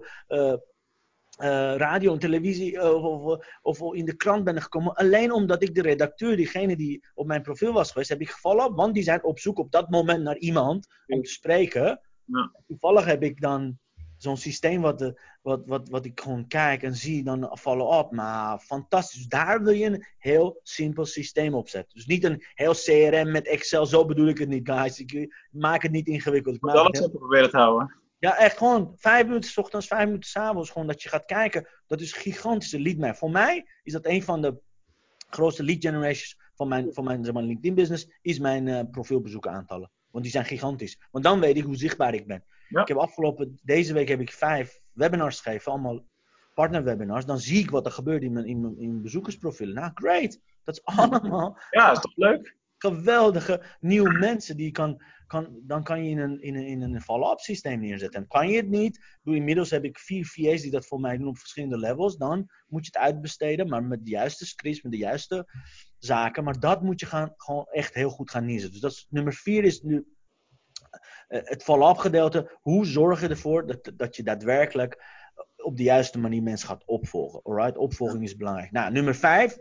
radio en televisie of in de krant ben gekomen. Alleen omdat ik de redacteur, diegene die op mijn profiel was geweest, heb ik gevolgd. Want die zijn op zoek op dat moment naar iemand om te spreken. Ja. Toevallig heb ik dan zo'n systeem wat ik gewoon kijk en zie dan follow-up. Maar fantastisch. Dus daar wil je een heel simpel systeem op zetten. Dus niet een heel CRM met Excel. Zo bedoel ik het niet, guys. Ik maak het niet ingewikkeld. Ik Moet maak alles het heel... simpel proberen te houden. Ja, echt gewoon 5 minuten 's ochtends, 5 minuten 's avonds. Gewoon dat je gaat kijken. Dat is gigantische lead map. Voor mij is dat een van de grootste lead generations van mijn zeg maar, LinkedIn business. Is mijn profielbezoekaantallen. Want die zijn gigantisch. Want dan weet ik hoe zichtbaar ik ben. Ja. Ik heb deze week heb ik 5 webinars gegeven. Allemaal partnerwebinars. Dan zie ik wat er gebeurt in mijn bezoekersprofielen. Nou, great. Dat is allemaal... Ja, dat is toch leuk? Geweldige nieuwe mensen die dan kan je in een follow-up systeem neerzetten. En kan je het niet, inmiddels heb ik 4 VA's die dat voor mij doen op verschillende levels. Dan moet je het uitbesteden, maar met de juiste scripts, met de juiste zaken. Maar dat moet je gewoon echt heel goed gaan neerzetten. Dus dat is, nummer 4 is nu het follow-up gedeelte. Hoe zorg je ervoor dat je daadwerkelijk op de juiste manier mensen gaat opvolgen. Alright? Opvolging is belangrijk. Nou, nummer 5.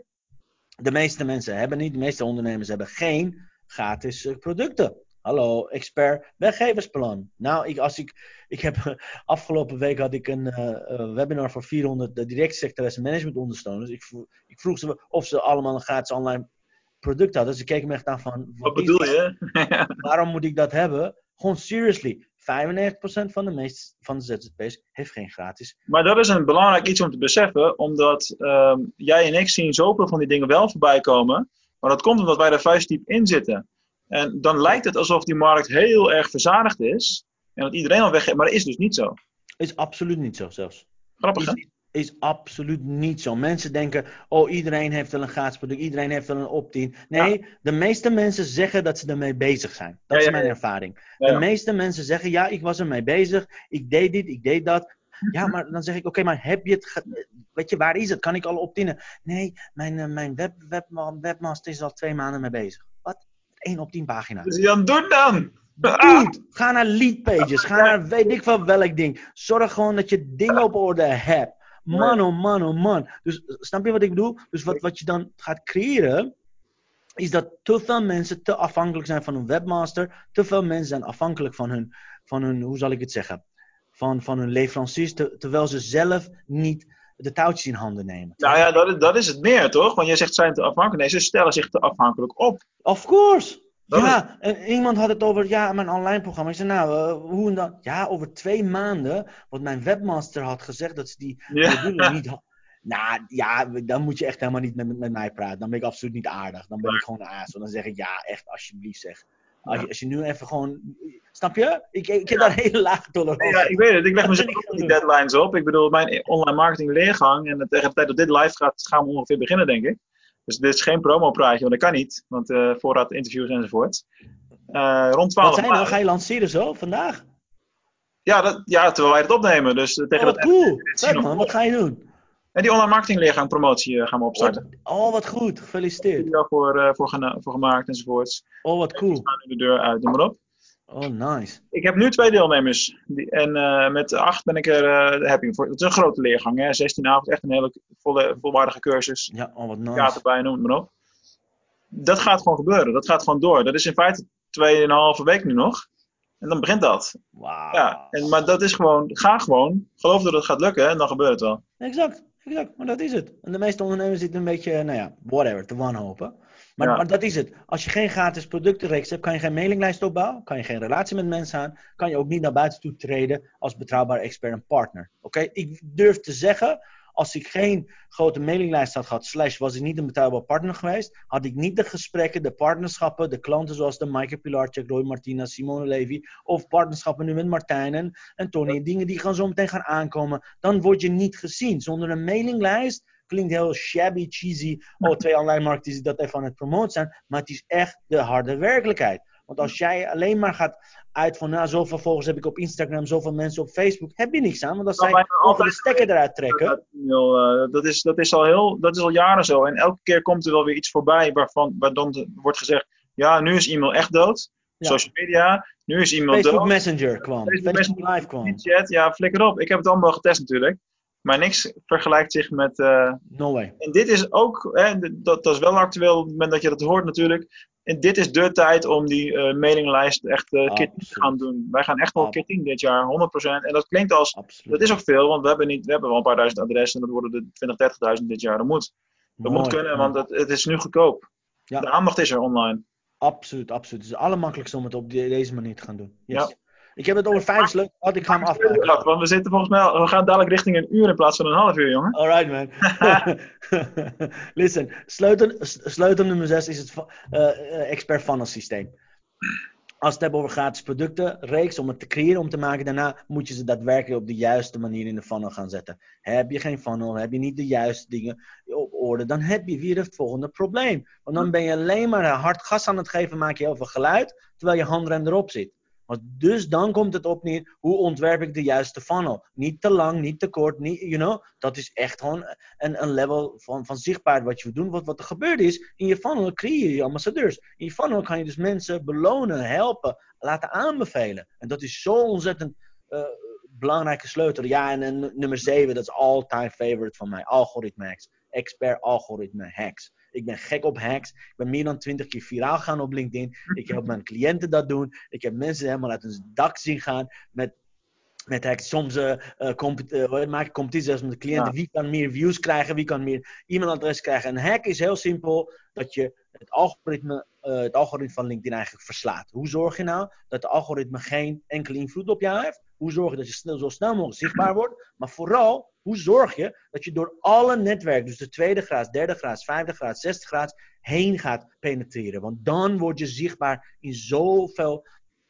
De meeste mensen hebben niet, de meeste ondernemers hebben geen gratis producten. Hallo, expert weggeversplan. Nou, ik heb afgelopen week had ik een webinar voor 400 direct sectoresse management ondersteuners. Ik vroeg ze of ze allemaal een gratis online product hadden. Ze keken me echt aan van... Wat bedoel je? Waarom moet ik dat hebben? Gewoon seriously. 95% van de ZZP's heeft geen gratis. Maar dat is een belangrijk iets om te beseffen, omdat jij en ik zien zoveel van die dingen wel voorbij komen. Maar dat komt omdat wij er vuist diep in zitten. En dan lijkt het alsof die markt heel erg verzadigd is. En dat iedereen al weggeeft, maar dat is dus niet zo. Is absoluut niet zo zelfs. Grappig, hè? Is absoluut niet zo. Mensen denken, oh, iedereen heeft wel een gratis product, iedereen heeft wel een opt-in. Nee, de meeste mensen zeggen dat ze ermee bezig zijn. Dat is mijn ervaring. De meeste mensen zeggen, ja, ik was ermee bezig, ik deed dit, ik deed dat. Ja, maar dan zeg ik, oké, maar heb je het... Weet je, waar is het? Kan ik al opt-innen? Nee, mijn webmaster is al 2 maanden mee bezig. Wat? 1 opt-in pagina. Dus dan doe dan! Dude, ga naar lead pages, ga naar weet ik van welk ding. Zorg gewoon dat je dingen op orde hebt. Man, oh man, oh man. Dus snap je wat ik bedoel? Dus wat je dan gaat creëren, is dat te veel mensen te afhankelijk zijn van hun webmaster. Te veel mensen zijn afhankelijk van hun hoe zal ik het zeggen, van hun leveranciers, terwijl ze zelf niet de touwtjes in handen nemen. Nou ja, dat is het meer, toch? Want jij zegt, zijn te afhankelijk. Nee, ze stellen zich te afhankelijk op. Of course! Ja, en iemand had het over, mijn online programma. Ik zei, hoe en dan? Ja, over 2 maanden, wat mijn webmaster had gezegd, dat ze die modulen niet hadden. Nou, ja, dan moet je echt helemaal niet met mij praten. Dan ben ik absoluut niet aardig. Dan ben ik gewoon een aas. Dan zeg ik, ja, echt, alsjeblieft zeg. Als je nu even gewoon... Snap je? Ik heb daar hele lage tolerantie. Ja, ik weet het. Ik leg mezelf ook die deadlines op. Ik bedoel, mijn online marketing leergang, en tegen de tijd dat dit live gaat, gaan we ongeveer beginnen, denk ik. Dus dit is geen promopraatje, want dat kan niet. Want voorraad interviews enzovoort. Rond 12 Wat zijn nou? Ga je lanceren zo, vandaag? Ja, terwijl wij het opnemen. Dus tegen wat cool. Vet man, wat ga je doen? En die online marketing leergang promotie gaan we opstarten. Wat goed. Gefeliciteerd. Ik heb er voor gemaakt enzovoorts. wat cool. We gaan nu de deur uit, noem maar op. Oh, nice. Ik heb nu 2 deelnemers. Met 8 ben ik er happy voor. Het is een grote leergang, hè? 16 avond, echt een hele volwaardige cursus. Ja, wat nice. Kaart erbij, noem het maar op. Dat gaat gewoon gebeuren. Dat gaat gewoon door. Dat is in feite 2,5 week nu nog. En dan begint dat. Wauw. Ja, maar dat is gewoon, ga gewoon. Geloof dat het gaat lukken en dan gebeurt het wel. Exact. Maar dat is het. En de meeste ondernemers zitten een beetje, whatever, te wanhopen. Maar dat is het. Als je geen gratis productenreeks hebt, kan je geen mailinglijst opbouwen. Kan je geen relatie met mensen aan. Kan je ook niet naar buiten toe treden als betrouwbare expert en partner. Oké? Ik durf te zeggen, als ik geen grote mailinglijst had gehad, / was ik niet een betrouwbaar partner geweest, had ik niet de gesprekken, de partnerschappen, de klanten zoals de Maaike Pilarczyk, Roy Martina, Simone Levy, of partnerschappen nu met Martijn en Tony, dingen die zo meteen gaan aankomen, dan word je niet gezien. Zonder een mailinglijst, klinkt heel shabby, cheesy, 2 online marketers die dat even aan het promoten zijn, maar het is echt de harde werkelijkheid. Want als jij alleen maar gaat uit van, zoveel volgers heb ik op Instagram, zoveel mensen op Facebook, heb je niks aan. Want als zij over de stekker eruit trekken... Dat is al jaren zo. En elke keer komt er wel weer iets voorbij waar dan wordt gezegd, ja, nu is e-mail echt dood. social media. Nu is iemand Facebook dood. Messenger kwam. Facebook Live kwam. Chat, ja, flikker op. Ik heb het allemaal getest natuurlijk. Maar niks vergelijkt zich met... No way. En dit is ook, dat is wel actueel op het moment dat je dat hoort natuurlijk. En dit is de tijd om die mailinglijst echt keer 10 te gaan doen. Wij gaan echt wel keer 10 dit jaar, 100%. En dat klinkt als, dat is ook veel, want we hebben wel een paar duizend adressen en dat worden er 20.000, 30.000 dit jaar. Dat moet kunnen, want het is nu goedkoop. Ja. De aandacht is er online. Absoluut. Het is het allermakkelijkste om het op deze manier te gaan doen. Yes. Ja. Ik heb het over 5 sleutels. Ik ga hem afmaken. Want we zitten volgens mij, we gaan dadelijk richting een uur in plaats van een half uur, jongen. Alright, man. Listen, sleutel nummer 6 is het expert funnel systeem. Als we het hebben over gratis producten, reeks om het te creëren, om te maken. Daarna moet je ze daadwerkelijk op de juiste manier in de funnel gaan zetten. Heb je geen funnel, heb je niet de juiste dingen op orde, dan heb je weer het volgende probleem. Want dan ben je alleen maar hard gas aan het geven, maak je heel veel geluid, terwijl je handrem erop zit. Dus dan komt het op neer, hoe ontwerp ik de juiste funnel? Niet te lang, niet te kort, dat is echt gewoon een level van zichtbaarheid wat je doet. Wat er gebeurt is, in je funnel creëer je ambassadeurs. In je funnel kan je dus mensen belonen, helpen, laten aanbevelen. En dat is zo ontzettend belangrijke sleutel. Ja, en nummer 7, dat is all-time favorite van mij, algoritme hacks. Expert algoritme hacks. Ik ben gek op hacks. Ik ben meer dan 20 keer viraal gaan op LinkedIn. Ik heb mijn cliënten dat doen. Ik heb mensen helemaal uit hun dak zien gaan met hacks. Soms maak ik competities met de cliënten. Ja. Wie kan meer views krijgen? Wie kan meer e-mailadres krijgen? Een hack is heel simpel. Dat je het algoritme van LinkedIn eigenlijk verslaat. Hoe zorg je nou dat het algoritme geen enkele invloed op jou heeft? Hoe zorg je dat je zo snel mogelijk zichtbaar wordt? Maar vooral, hoe zorg je dat je door alle netwerken, dus de tweede graad, derde graad, vijfde graad, zesde graad, heen gaat penetreren? Want dan word je zichtbaar in zoveel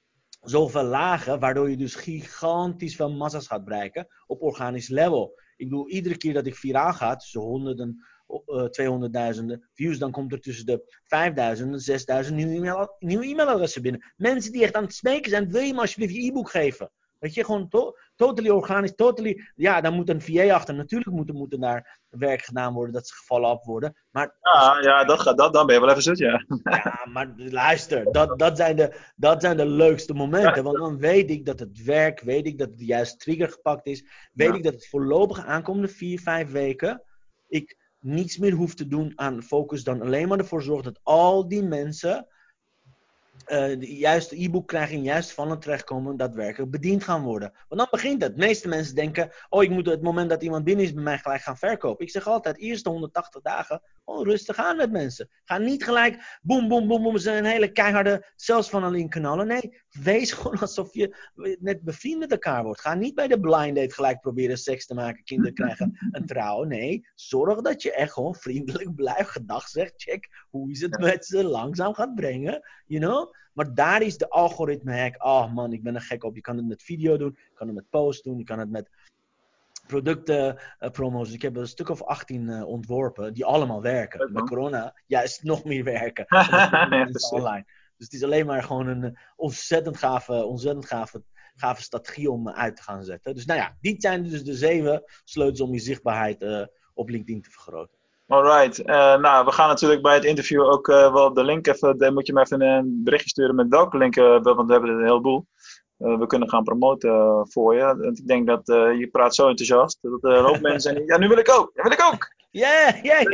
lagen, waardoor je dus gigantisch veel massa's gaat bereiken op organisch level. Ik bedoel, iedere keer dat ik viraal ga, tussen 100 en 200.000 views, dan komt er tussen de 5.000 en 6.000 nieuwe e-mailadressen binnen. Mensen die echt aan het smeken zijn, wil je me alsjeblieft je e-book geven? Weet je, gewoon totally organisch, ja, dan moet een VA achter. Natuurlijk moeten daar werk gedaan worden, dat ze gefollow-up worden. Maar, dan ben je wel even zut, ja. Ja, maar luister, dat zijn de leukste momenten. Ja. Want dan weet ik dat het werkt, weet ik dat de juiste trigger gepakt is. Weet ik dat het voorlopig aankomende 4-5 weken ik niets meer hoef te doen aan focus dan alleen maar ervoor zorgen dat al die mensen de juiste e-book krijgen, in juiste funnel terechtkomen, daadwerkelijk bediend gaan worden. Want dan begint het. De meeste mensen denken, ik moet het moment dat iemand binnen is bij mij gelijk gaan verkopen. Ik zeg altijd, eerste 180 dagen, gewoon rustig aan met mensen. Ga niet gelijk, boem, ze een hele keiharde sales funnel in knallen. Nee, wees gewoon alsof je net bevriend met elkaar wordt. Ga niet bij de blind date gelijk proberen seks te maken, kinderen krijgen en trouwen. Nee, zorg dat je echt gewoon vriendelijk blijft, gedag zegt, check hoe is het met ze langzaam gaat brengen, Maar daar is de algoritme hack. Oh man, ik ben er gek op. Je kan het met video doen, je kan het met post doen, je kan het met producten promo's. Ik heb een stuk of 18 ontworpen die allemaal werken. Met corona juist nog meer werken. Online. Dus het is alleen maar gewoon een ontzettend gave strategie om uit te gaan zetten. Dus nou ja, dit zijn dus de 7 sleutels om je zichtbaarheid op LinkedIn te vergroten. Alright, we gaan natuurlijk bij het interview ook wel de link even, dan moet je me even een berichtje sturen met welke link, want we hebben er een heleboel. We kunnen gaan promoten voor je. En ik denk dat je praat zo enthousiast, dat er een hoop mensen zijn, ja nu wil ik ook, Ja.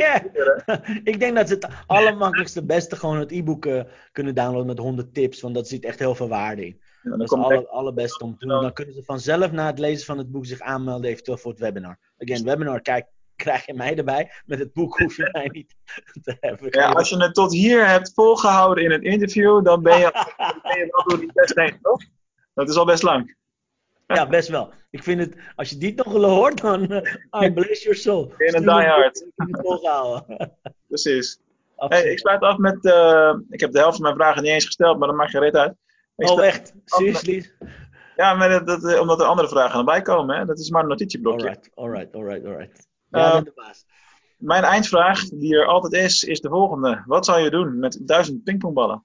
Ik denk dat ze het allermakkelijkste beste gewoon het e-book kunnen downloaden met 100 tips, want dat zit echt heel veel waarde in. Ja, dat is het allerbeste om te doen. Dan kunnen ze vanzelf na het lezen van het boek zich aanmelden eventueel voor het webinar. Again, webinar, krijg je mij erbij. Met het boek hoef je mij niet te hebben. Ja, als je het tot hier hebt volgehouden in het interview, dan ben je wel door die test heen, toch? Dat is al best lang. Ja, best wel. Ik vind het, als je dit nog hoort, dan I bless your soul. In een diehard. Volgehouden. Precies. Hey, ik sluit af met, ik heb de helft van mijn vragen niet eens gesteld, maar dan maak je rit uit. Echt? Seriously? Ja, maar omdat er andere vragen erbij komen, hè? Dat is maar een notitieblokje. Alright. Ja, ben de baas. Mijn eindvraag, die er altijd is de volgende. Wat zou je doen met 1000 pingpongballen?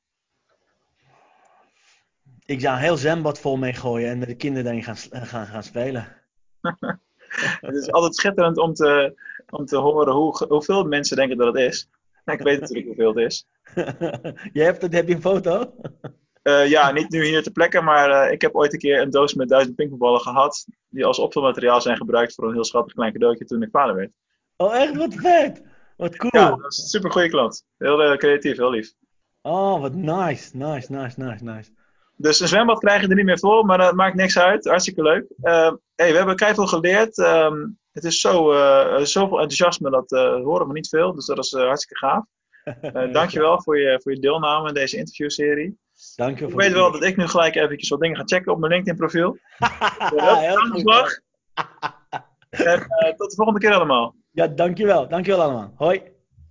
Ik zou een heel zwembad vol mee gooien en met de kinderen daarin gaan spelen. Het is altijd schitterend om te horen hoeveel mensen denken dat het is. Ik weet natuurlijk hoeveel het is. Heb je een foto? Ja, niet nu hier ter plekke, maar ik heb ooit een keer een doos met 1000 pingpongballen gehad. Die als opvulmateriaal zijn gebruikt voor een heel schattig klein cadeautje toen ik vader werd. Oh, echt? Wat vet! Wat Ja, cool! dat is een super goede klant. Heel creatief, heel lief. Oh, wat nice. Dus een zwembad krijg je er niet meer voor, maar dat maakt niks uit. Hartstikke leuk. We hebben keiveel geleerd. Het is zoveel enthousiasme, dat horen we niet veel. Dus dat is hartstikke gaaf. Dankjewel voor je deelname in deze interviewserie. Dankjewel Ik voor weet de wel dat ik nu gelijk eventjes wat dingen ga checken op mijn LinkedIn profiel. Heel Aan de goed. slag. En tot de volgende keer allemaal. Ja, dankjewel. Dankjewel allemaal. Hoi.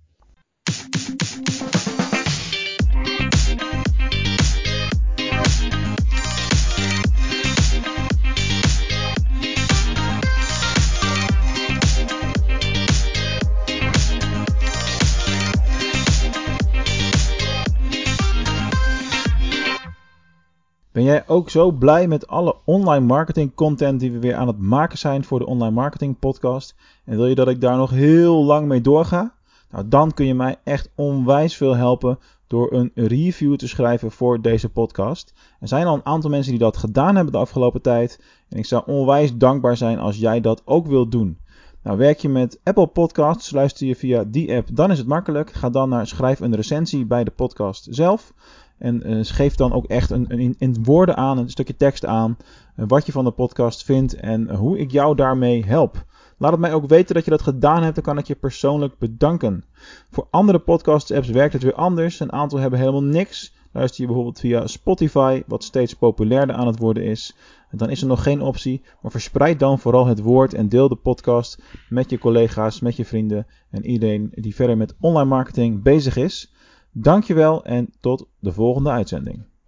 Ben jij ook zo blij met alle online marketing content die we weer aan het maken zijn voor de Online Marketing Podcast? En wil je dat ik daar nog heel lang mee doorga? Nou, dan kun je mij echt onwijs veel helpen door een review te schrijven voor deze podcast. Er zijn al een aantal mensen die dat gedaan hebben de afgelopen tijd. En ik zou onwijs dankbaar zijn als jij dat ook wilt doen. Nou, werk je met Apple Podcasts, luister je via die app, dan is het makkelijk. Ga dan naar schrijf een recensie bij de podcast zelf. En geef dan ook echt in woorden aan, een stukje tekst aan, wat je van de podcast vindt en hoe ik jou daarmee help. Laat het mij ook weten dat je dat gedaan hebt, dan kan ik je persoonlijk bedanken. Voor andere podcast-apps werkt het weer anders. Een aantal hebben helemaal niks. Luister je bijvoorbeeld via Spotify, wat steeds populairder aan het worden is. Dan is er nog geen optie, maar verspreid dan vooral het woord en deel de podcast met je collega's, met je vrienden en iedereen die verder met online marketing bezig is. Dankjewel en tot de volgende uitzending.